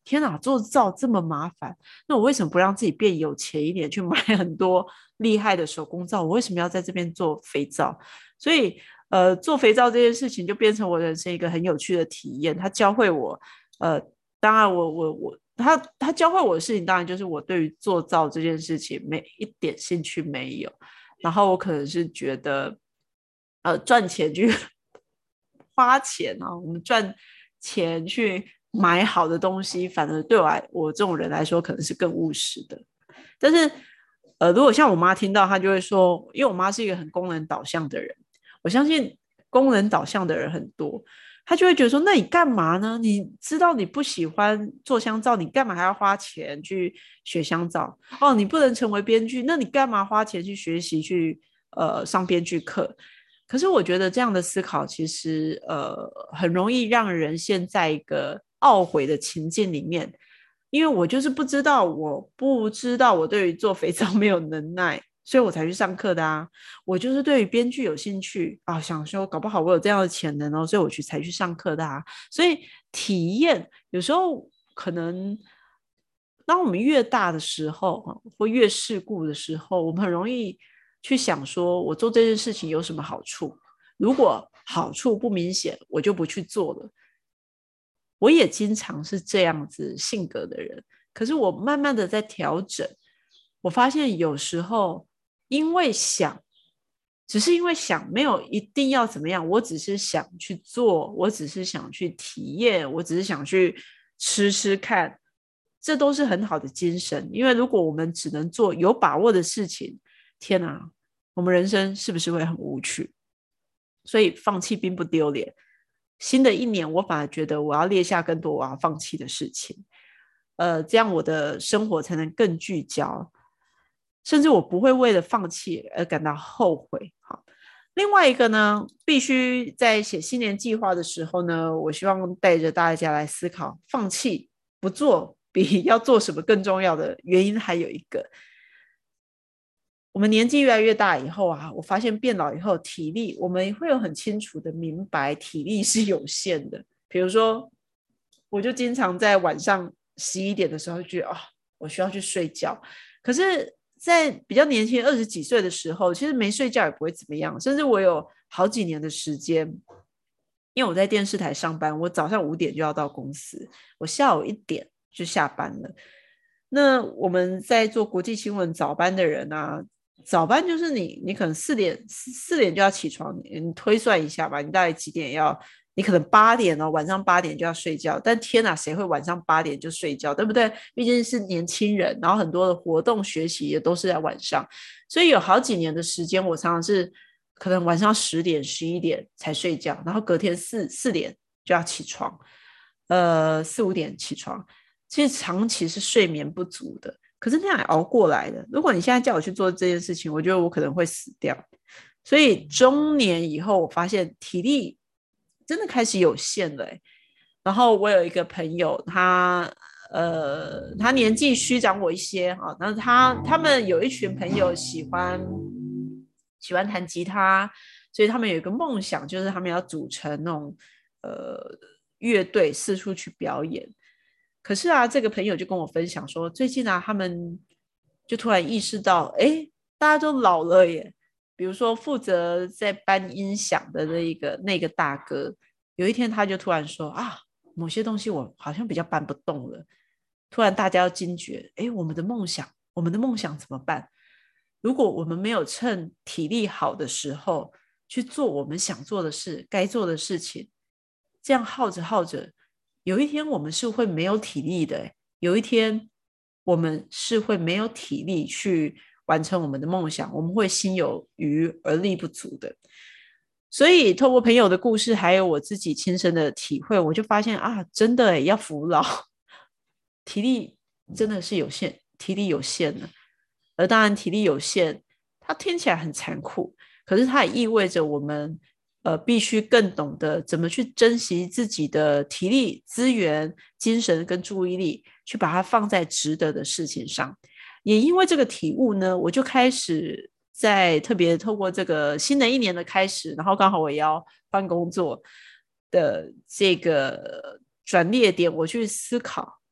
天哪，做皂这么麻烦，那我为什么不让自己变有钱一点，去买很多厉害的手工皂？我为什么要在这边做肥皂？所以呃，做肥皂这件事情就变成我人生一个很有趣的体验。他教会我，呃，当然我我我他他教会我的事情，当然就是我对于做皂这件事情没一点兴趣没有。然后我可能是觉得，呃，赚钱去花钱啊，我们赚钱去买好的东西，反而对我来我这种人来说，可能是更务实的。但是，呃，如果像我妈听到，她就会说，因为我妈是一个很功能导向的人，我相信功能导向的人很多，她就会觉得说，那你干嘛呢？你知道你不喜欢做香皂，你干嘛还要花钱去学香皂？哦，你不能成为编剧，那你干嘛花钱去学习去呃上编剧课？可是我觉得这样的思考其实呃很容易让人陷在一个懊悔的情境里面，因为我就是不知道，我不知道我对于做肥皂没有能耐，所以我才去上课的啊。我就是对于编剧有兴趣啊，想说搞不好我有这样的潜能哦，所以我去才去上课的啊。所以体验有时候可能。当我们越大的时候，或越世故的时候，我们很容易去想说，我做这件事情有什么好处？如果好处不明显，我就不去做了。我也经常是这样子性格的人，可是我慢慢的在调整，我发现有时候因为想，只是因为想，没有一定要怎么样，我只是想去做，我只是想去体验，我只是想去吃吃看，这都是很好的精神。因为如果我们只能做有把握的事情，天哪，我们人生是不是会很无趣？所以放弃并不丢脸。新的一年，我反而觉得我要列下更多我要放弃的事情，呃，这样我的生活才能更聚焦，甚至我不会为了放弃而感到后悔。好，另外一个呢，必须在写新年计划的时候呢，我希望带着大家来思考，放弃不做比要做什么更重要的原因还有一个。我们年纪越来越大以后啊，我发现变老以后体力，我们会有很清楚的明白体力是有限的。比如说，我就经常在晚上十一点的时候觉得，哦，我需要去睡觉。可是，在比较年轻二十几岁的时候，其实没睡觉也不会怎么样。甚至我有好几年的时间，因为我在电视台上班，我早上五点就要到公司，我下午一点就下班了。那我们在做国际新闻早班的人啊，早班就是你，你可能四点四点就要起床，你推算一下吧，你大概几点要？你可能八点哦，晚上八点就要睡觉。但天哪，谁会晚上八点就睡觉，对不对？毕竟是年轻人，然后很多的活动、学习也都是在晚上，所以有好几年的时间，我常常是可能晚上十点、十一点才睡觉，然后隔天四四点就要起床，呃，四五点起床。其实长期是睡眠不足的，可是那样熬过来的。如果你现在叫我去做这件事情，我觉得我可能会死掉。所以中年以后，我发现体力真的开始有限了、欸。然后我有一个朋友，他呃，他年纪虚长我一些哈，然后他他们有一群朋友喜欢喜欢弹吉他，所以他们有一个梦想，就是他们要组成那种呃乐队四处去表演。可是啊，这个朋友就跟我分享说，最近啊，他们就突然意识到，哎，大家都老了耶。比如说负责在搬音响的那一个那个大哥，有一天他就突然说啊，某些东西我好像比较搬不动了。突然大家要惊觉，哎，我们的梦想，我们的梦想怎么办？如果我们没有趁体力好的时候去做我们想做的事、该做的事情，这样耗着耗着，有一天我们是会没有体力的。有一天我们是会没有体力去完成我们的梦想，我们会心有余而力不足的。所以透过朋友的故事，还有我自己亲身的体会，我就发现啊，真的要服老，体力真的是有限，体力有限的。而当然体力有限，它听起来很残酷，可是它也意味着我们呃必须更懂得怎么去珍惜自己的体力资源、精神跟注意力，去把它放在值得的事情上。也因为这个体悟呢，我就开始在特别透过这个新的一年的开始，然后刚好我也要换工作的这个转捩点，我去思考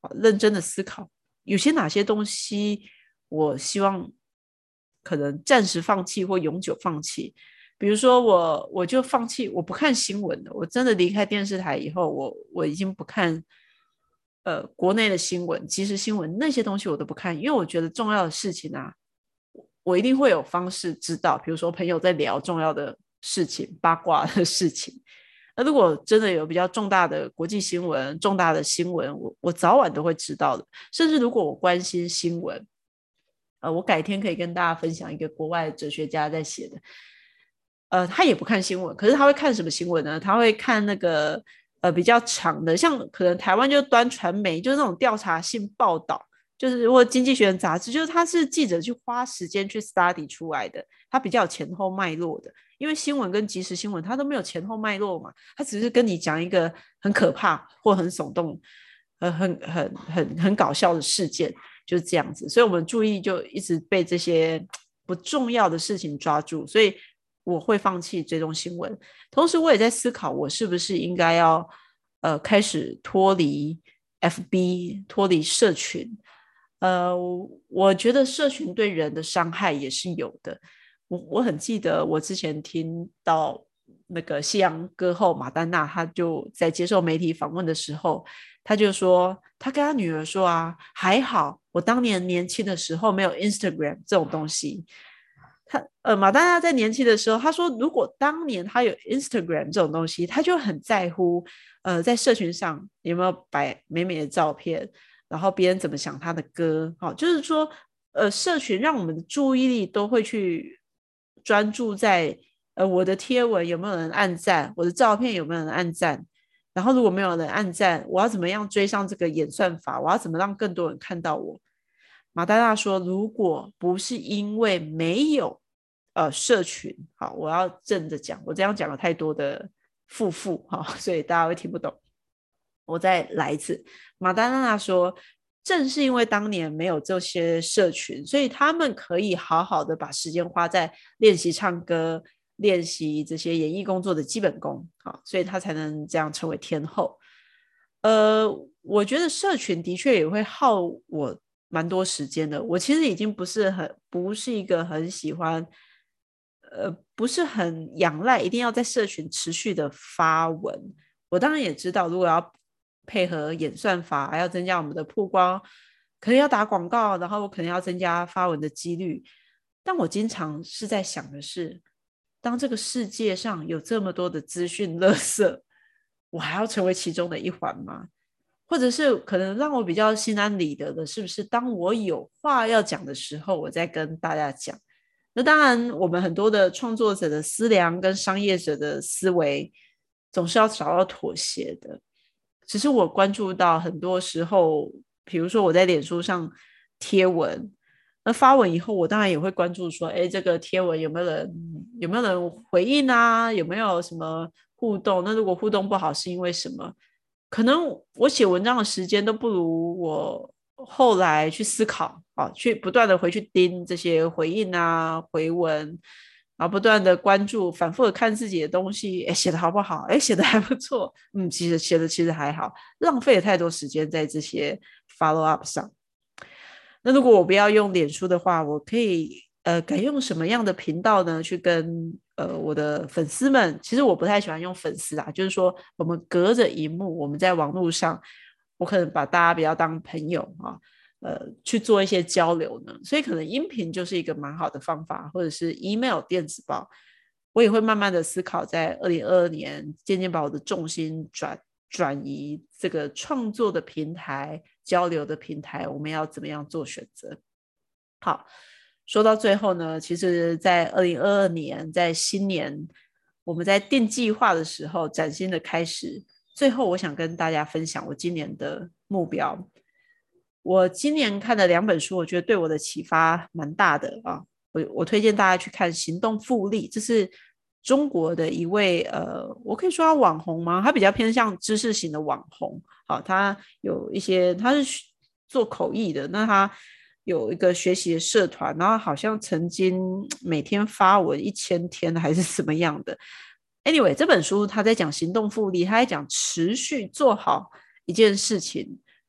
认真的思考，有些哪些东西我希望可能暂时放弃或永久放弃。比如说我我就放弃，我不看新闻了，我真的离开电视台以后，我我已经不看呃国内的新闻，即时新闻那些东西我都不看，因为我觉得重要的事情啊，我一定会有方式知道，比如说朋友在聊重要的事情、八卦的事情。那如果真的有比较重大的国际新闻、重大的新闻，我我早晚都会知道的。甚至如果我关心新闻，呃，我改天可以跟大家分享一个国外哲学家在写的，呃，他也不看新闻，可是他会看什么新闻呢？他会看那个呃比较长的，像可能台湾就端传媒，就是那种调查性报道，就是或经济学人杂志，就是他是记者去花时间去 study 出来的，他比较有前后脉络的。因为新闻跟即时新闻它都没有前后脉络嘛，他只是跟你讲一个很可怕或很耸动、呃很很很很搞笑的事件，就是这样子。所以我们注意就一直被这些不重要的事情抓住，所以我会放弃追踪新闻。同时我也在思考，我是不是应该要呃开始脱离 F B， 脱离社群。呃，我觉得社群对人的伤害也是有的。我我很记得我之前听到那个西洋歌后马丹娜，她就在接受媒体访问的时候，她就说，她跟她女儿说啊，还好我当年年轻的时候没有 Instagram 这种东西。她呃，马丹娜在年轻的时候，她说，如果当年她有 Instagram 这种东西，她就很在乎，呃，在社群上有没有摆美美的照片，然后别人怎么想她的歌，好，就是说，呃，社群让我们的注意力都会去专注在呃我的贴文有没有人按赞，我的照片有没有人按赞，然后如果没有人按赞，我要怎么样追上这个演算法，我要怎么让更多人看到我。马丹娜说，如果不是因为没有呃社群，好，我要正着讲，我这样讲了太多的负负，好，所以大家会听不懂。我再来一次，马丹娜说，正是因为当年没有这些社群，所以他们可以好好的把时间花在练习唱歌、练习这些演艺工作的基本功，好，所以他才能这样成为天后。呃，我觉得社群的确也会耗我蛮多时间的。我其实已经不是很不是一个很喜欢，呃，不是很仰赖一定要在社群持续的发文。我当然也知道，如果要配合演算法，还要增加我们的曝光，可能要打广告，然后我可能要增加发文的几率。但我经常是在想的是，当这个世界上有这么多的资讯垃圾，我还要成为其中的一环吗？或者是可能让我比较心安理得的，是不是当我有话要讲的时候，我再跟大家讲？那当然，我们很多的创作者的思量跟商业者的思维，总是要找到妥协的。只是我关注到很多时候，比如说我在脸书上贴文，那发文以后，我当然也会关注说，哎，这个贴文有没有人有没有人回应啊？有没有什么互动？那如果互动不好，是因为什么？可能我写文章的时间都不如我后来去思考啊，去不断的回去盯这些回应啊、回文，然后不断的关注、反复的看自己的东西，哎，写的好不好？哎，写的还不错，嗯，其实写的其实还好，浪费了太多时间在这些 follow up 上。那如果我不要用脸书的话，我可以呃改用什么样的频道呢？去跟呃我的粉丝们，其实我不太喜欢用粉丝啊，就是说我们隔着荧幕，我们在网络上，我可能把大家比较当朋友啊，呃去做一些交流呢，所以可能音频就是一个蛮好的方法，或者是 email 电子报，我也会慢慢的思考，在二零二二年渐渐把我的重心转转移这个创作的平台、交流的平台，我们要怎么样做选择？好，说到最后呢，其实在二零二二年，在新年，我们在定计划的时候，崭新的开始。最后，我想跟大家分享我今年的目标。我今年看了两本书，我觉得对我的启发蛮大的啊。我我推荐大家去看《行动复利》，这是中国的一位呃，我可以说他网红吗？他比较偏向知识型的网红。好，他有一些他是做口译的，那他有一个学习的社团，然后好像曾经每天发文一千天还是什么样的。Anyway， 这本书他在讲行动复利，他在讲持续做好一件事情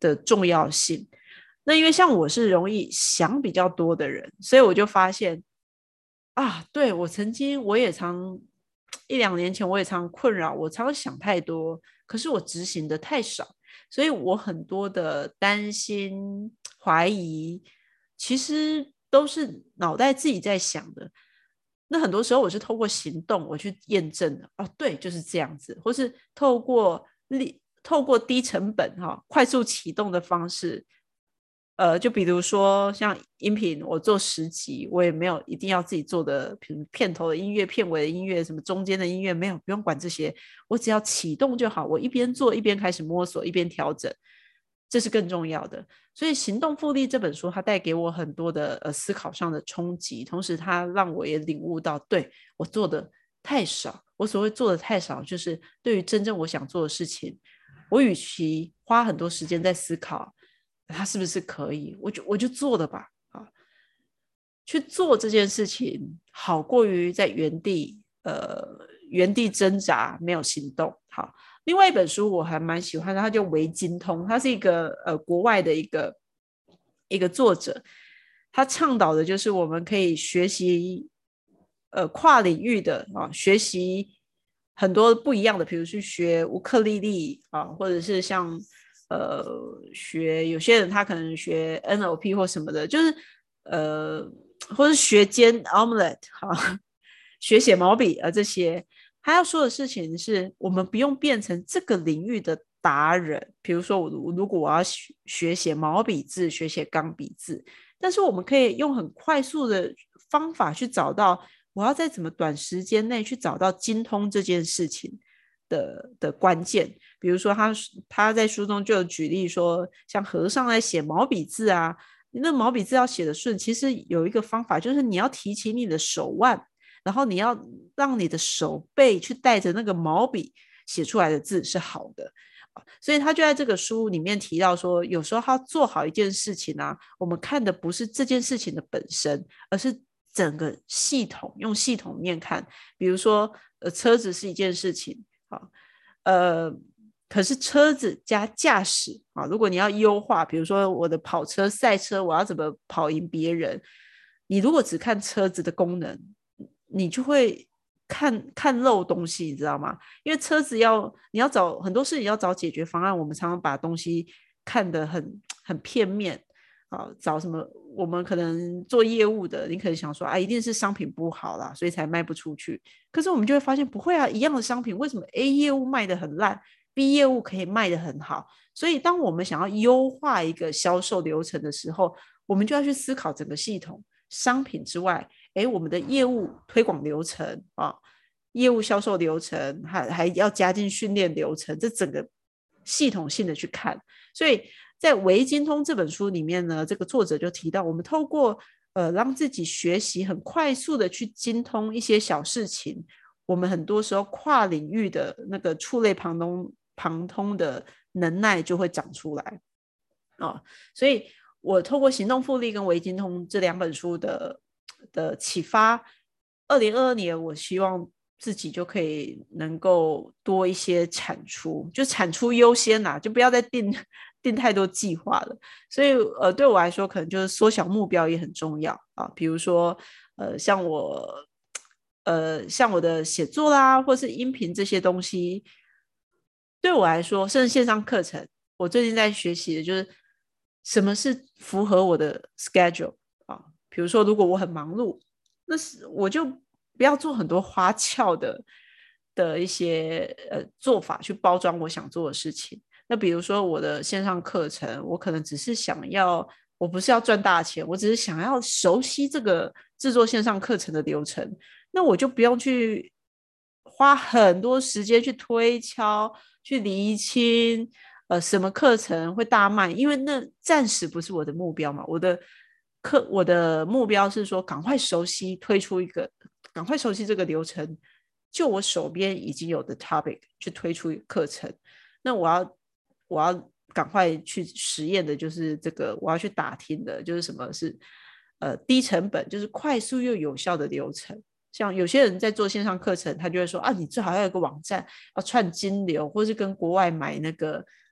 的重要性。那因为像我是容易想比较多的人，所以我就发现啊，对，我曾经我也常一两年前我也常困扰，我常想太多，可是我执行的太少，所以我很多的担心怀疑其实都是脑袋自己在想的。那很多时候我是透过行动我去验证的，哦对，就是这样子，或是透过透过低成本、哦、快速启动的方式，呃，就比如说像音频，我做十集，我也没有一定要自己做的，比如片头的音乐、片尾的音乐、什么中间的音乐，没有，不用管这些，我只要启动就好。我一边做一边开始摸索，一边调整，这是更重要的。所以《行动复利》这本书，它带给我很多的呃思考上的冲击，同时它让我也领悟到，对，我做的太少。我所谓做的太少，就是对于真正我想做的事情，我与其花很多时间在思考它是不是可以，我就我就做了吧，啊，去做这件事情好过于在原地呃原地挣扎没有行动。好，另外一本书我还蛮喜欢的，它叫维金通，它是一个呃国外的一个一个作者，他倡导的就是我们可以学习呃跨领域的啊，学习很多不一样的，比如去学乌克丽丽啊，或者是像呃学有些人他可能学 N L P 或什么的，就是呃或是学煎 omelette 哈，学写毛笔啊这些。他要说的事情是我们不用变成这个领域的达人，比如说我如果我要学写毛笔字，学写钢笔字，但是我们可以用很快速的方法去找到我要在怎么短时间内去找到精通这件事情的的关键。比如说他他在书中就有举例说，像和尚在写毛笔字啊，那毛笔字要写得顺，其实有一个方法，就是你要提起你的手腕，然后你要让你的手背去带着那个毛笔写出来的字是好的。所以他就在这个书里面提到说，有时候他做好一件事情啊，我们看的不是这件事情的本身，而是整个系统，用系统面看。比如说呃，车子是一件事情啊，呃可是车子加驾驶啊，如果你要优化，比如说我的跑车、赛车，我要怎么跑赢别人？你如果只看车子的功能，你就会看看漏东西，你知道吗？因为车子要你要找很多事情要找解决方案，我们常常把东西看得很很片面啊，找什么？我们可能做业务的，你可能想说啊，一定是商品不好啦，所以才卖不出去。可是我们就会发现，不会啊，一样的商品，为什么 A 业务卖得很烂， B 业务可以卖得很好？所以，当我们想要优化一个销售流程的时候，我们就要去思考整个系统，商品之外，诶，我们的业务推广流程啊，业务销售流程，还还要加进训练流程，这整个系统性的去看。所以在《微精通》这本书里面呢，这个作者就提到，我们透过呃让自己学习很快速的去精通一些小事情，我们很多时候跨领域的那个触类旁通旁通的能耐就会长出来啊。所以我透过行动复利跟微精通这两本书的的启发，二零二二年我希望自己就可以能够多一些产出，就产出优先啦、啊，就不要再定定太多计划了。所以呃，对我来说，可能就是缩小目标也很重要啊。比如说呃，像我呃，像我的写作啦，或是音频这些东西，对我来说，甚至线上课程，我最近在学习的就是什么是符合我的 schedule 啊。比如说，如果我很忙碌，那是我就不要做很多花俏的的一些呃做法去包装我想做的事情。那比如说我的线上课程，我可能只是想要，我不是要赚大钱，我只是想要熟悉这个制作线上课程的流程，那我就不用去花很多时间去推敲、去厘清，呃，什么课程会大卖，因为那暂时不是我的目标嘛。我的课，我的目标是说，赶快熟悉，推出一个，赶快熟悉这个流程，就我手边已经有的 topic 去推出一个课程。那我要，我要赶快去实验的，就是这个，我要去打听的，就是什么是呃低成本，就是快速又有效的流程。像有些人在做线上课程，他就会说啊，你最好要有一个网站，要串金流，或是跟国外买那个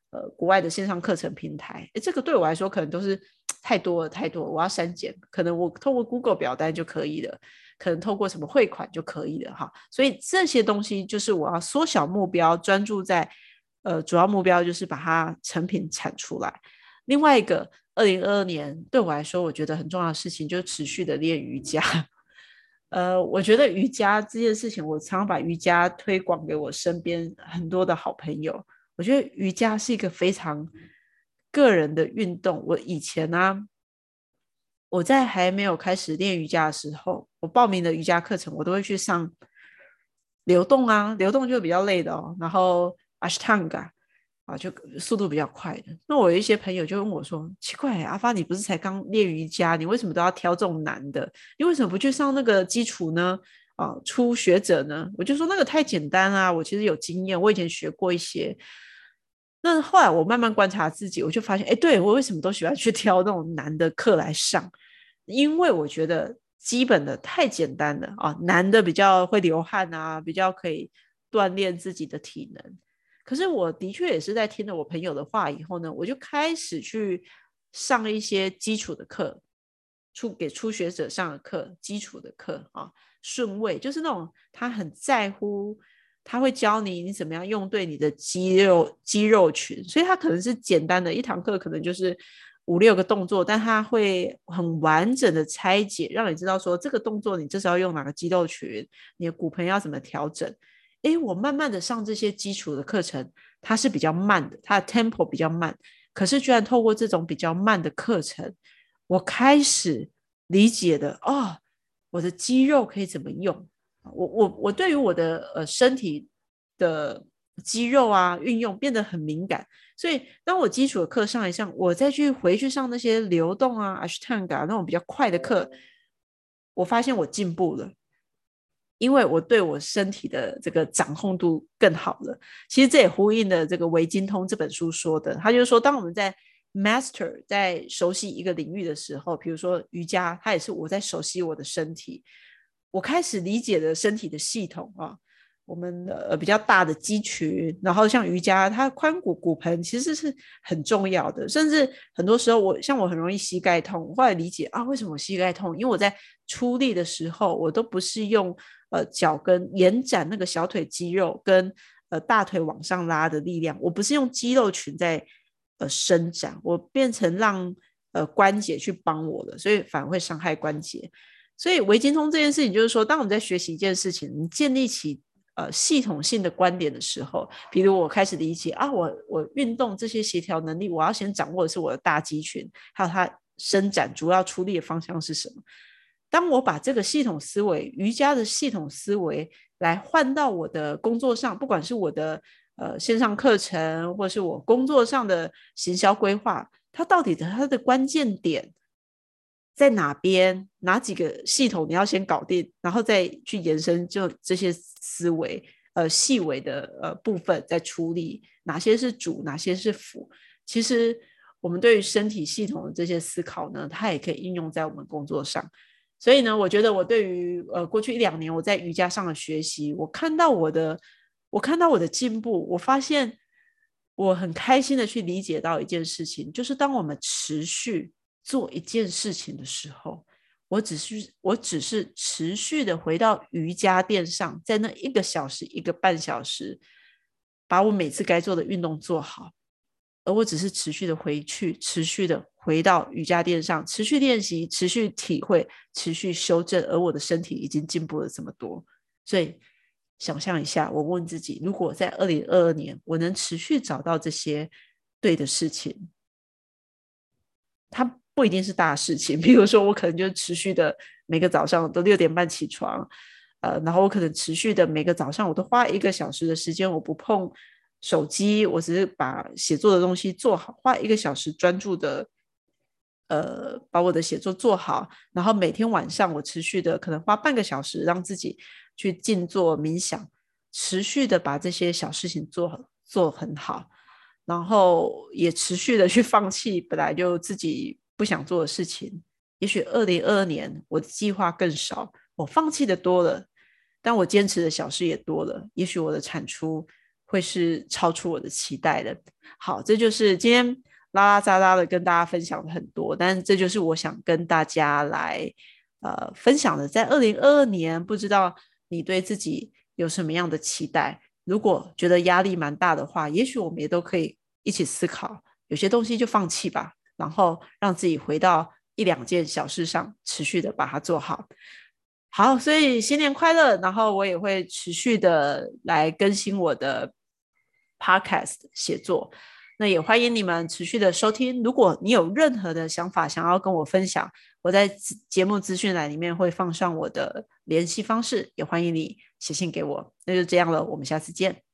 呃国外的线上课程平台，诶这个对我来说可能都是太多了太多了，我要删减，可能我透过 Google 表单就可以了，可能透过什么汇款就可以了哈。所以这些东西就是我要缩小目标，专注在呃主要目标就是把它成品产出来。另外一个二零二二年对我来说我觉得很重要的事情就是持续的练瑜伽。呃，我觉得瑜伽这件事情，我常常把瑜伽推广给我身边很多的好朋友。我觉得瑜伽是一个非常个人的运动。我以前呢、啊，我在还没有开始练瑜伽的时候，我报名的瑜伽课程，我都会去上流动啊，流动就比较累的哦，然后 Ashtanga 啊，就速度比较快的。那我有一些朋友就问我说：“奇怪，阿发，你不是才刚练瑜伽，你为什么都要挑这种难的？你为什么不去上那个基础呢？啊，初学者呢？”我就说那个太简单啊，我其实有经验，我以前学过一些。那后来我慢慢观察自己，我就发现，哎，对，我为什么都喜欢去挑那种难的课来上？因为我觉得基本的太简单了啊，难的比较会流汗啊，比较可以锻炼自己的体能。可是我的确也是在听了我朋友的话以后呢，我就开始去上一些基础的课，初给初学者上的课，基础的课啊，顺位就是那种他很在乎。他会教你你怎么样用对你的肌肉肌肉群，所以他可能是简单的一堂课，可能就是五六个动作，但他会很完整的拆解，让你知道说这个动作你这是要用哪个肌肉群，你的骨盆要怎么调整。诶，我慢慢的上这些基础的课程，它是比较慢的，它的 tempo 比较慢，可是居然透过这种比较慢的课程，我开始理解的哦，我的肌肉可以怎么用。我我我对于我的呃身体的肌肉啊运用变得很敏感，所以当我基础的课上一上，我再去回去上那些流动啊、Ashtanga 那种比较快的课，我发现我进步了，因为我对我身体的这个掌控度更好了。其实这也呼应了这个《维精通》这本书说的，他就说，当我们在 master 在熟悉一个领域的时候，比如说瑜伽，它也是我在熟悉我的身体，我开始理解了身体的系统啊，我们的、呃、比较大的肌群，然后像瑜伽，它髋骨骨盆其实是很重要的，甚至很多时候我像我很容易膝盖痛，我后来理解啊，为什么我膝盖痛？因为我在出力的时候，我都不是用呃脚跟延展那个小腿肌肉跟呃大腿往上拉的力量，我不是用肌肉群在呃伸展，我变成让呃关节去帮我了，所以反而会伤害关节。所以微精通这件事情就是说，当我们在学习一件事情，你建立起呃系统性的观点的时候，比如我开始理解啊，我我运动这些协调能力，我要先掌握的是我的大肌群，还有它伸展主要出力的方向是什么。当我把这个系统思维，瑜伽的系统思维来换到我的工作上，不管是我的呃线上课程，或是我工作上的行销规划，它到底的它的关键点在哪边？哪几个系统你要先搞定，然后再去延伸就这些思维，呃，细微的呃部分再处理，哪些是主，哪些是辅。其实我们对于身体系统的这些思考呢，它也可以应用在我们工作上。所以呢，我觉得我对于呃过去一两年我在瑜伽上的学习，我看到我的我看到我的进步，我发现我很开心的去理解到一件事情，就是当我们持续做一件事情的时候，我只是我只是持续的回到瑜伽垫上，在那一个小时一个半小时，把我每次该做的运动做好，而我只是持续的回去，持续的回到瑜伽垫上，持续练习，持续体会，持续修正，而我的身体已经进步了这么多。所以想象一下，我问自己，如果在二零二二年我能持续找到这些对的事情，它不一定是大事情，比如说我可能就持续的每个早上都六点半起床，呃，然后我可能持续的每个早上我都花一个小时的时间，我不碰手机，我只是把写作的东西做好，花一个小时专注的呃，把我的写作做好，然后每天晚上我持续的可能花半个小时让自己去静坐冥想，持续的把这些小事情做做很好，然后也持续的去放弃本来就自己不想做的事情。也许二零二二年我的计划更少，我放弃的多了，但我坚持的小事也多了，也许我的产出会是超出我的期待的。好，这就是今天拉拉杂杂的跟大家分享的很多，但是这就是我想跟大家来呃分享的。在二零二二年，不知道你对自己有什么样的期待？如果觉得压力蛮大的话，也许我们也都可以一起思考，有些东西就放弃吧，然后让自己回到一两件小事上，持续的把它做好。好，所以新年快乐！然后我也会持续的来更新我的 podcast 写作，那也欢迎你们持续的收听。如果你有任何的想法想要跟我分享，我在节目资讯栏里面会放上我的联系方式，也欢迎你写信给我。那就这样了，我们下次见。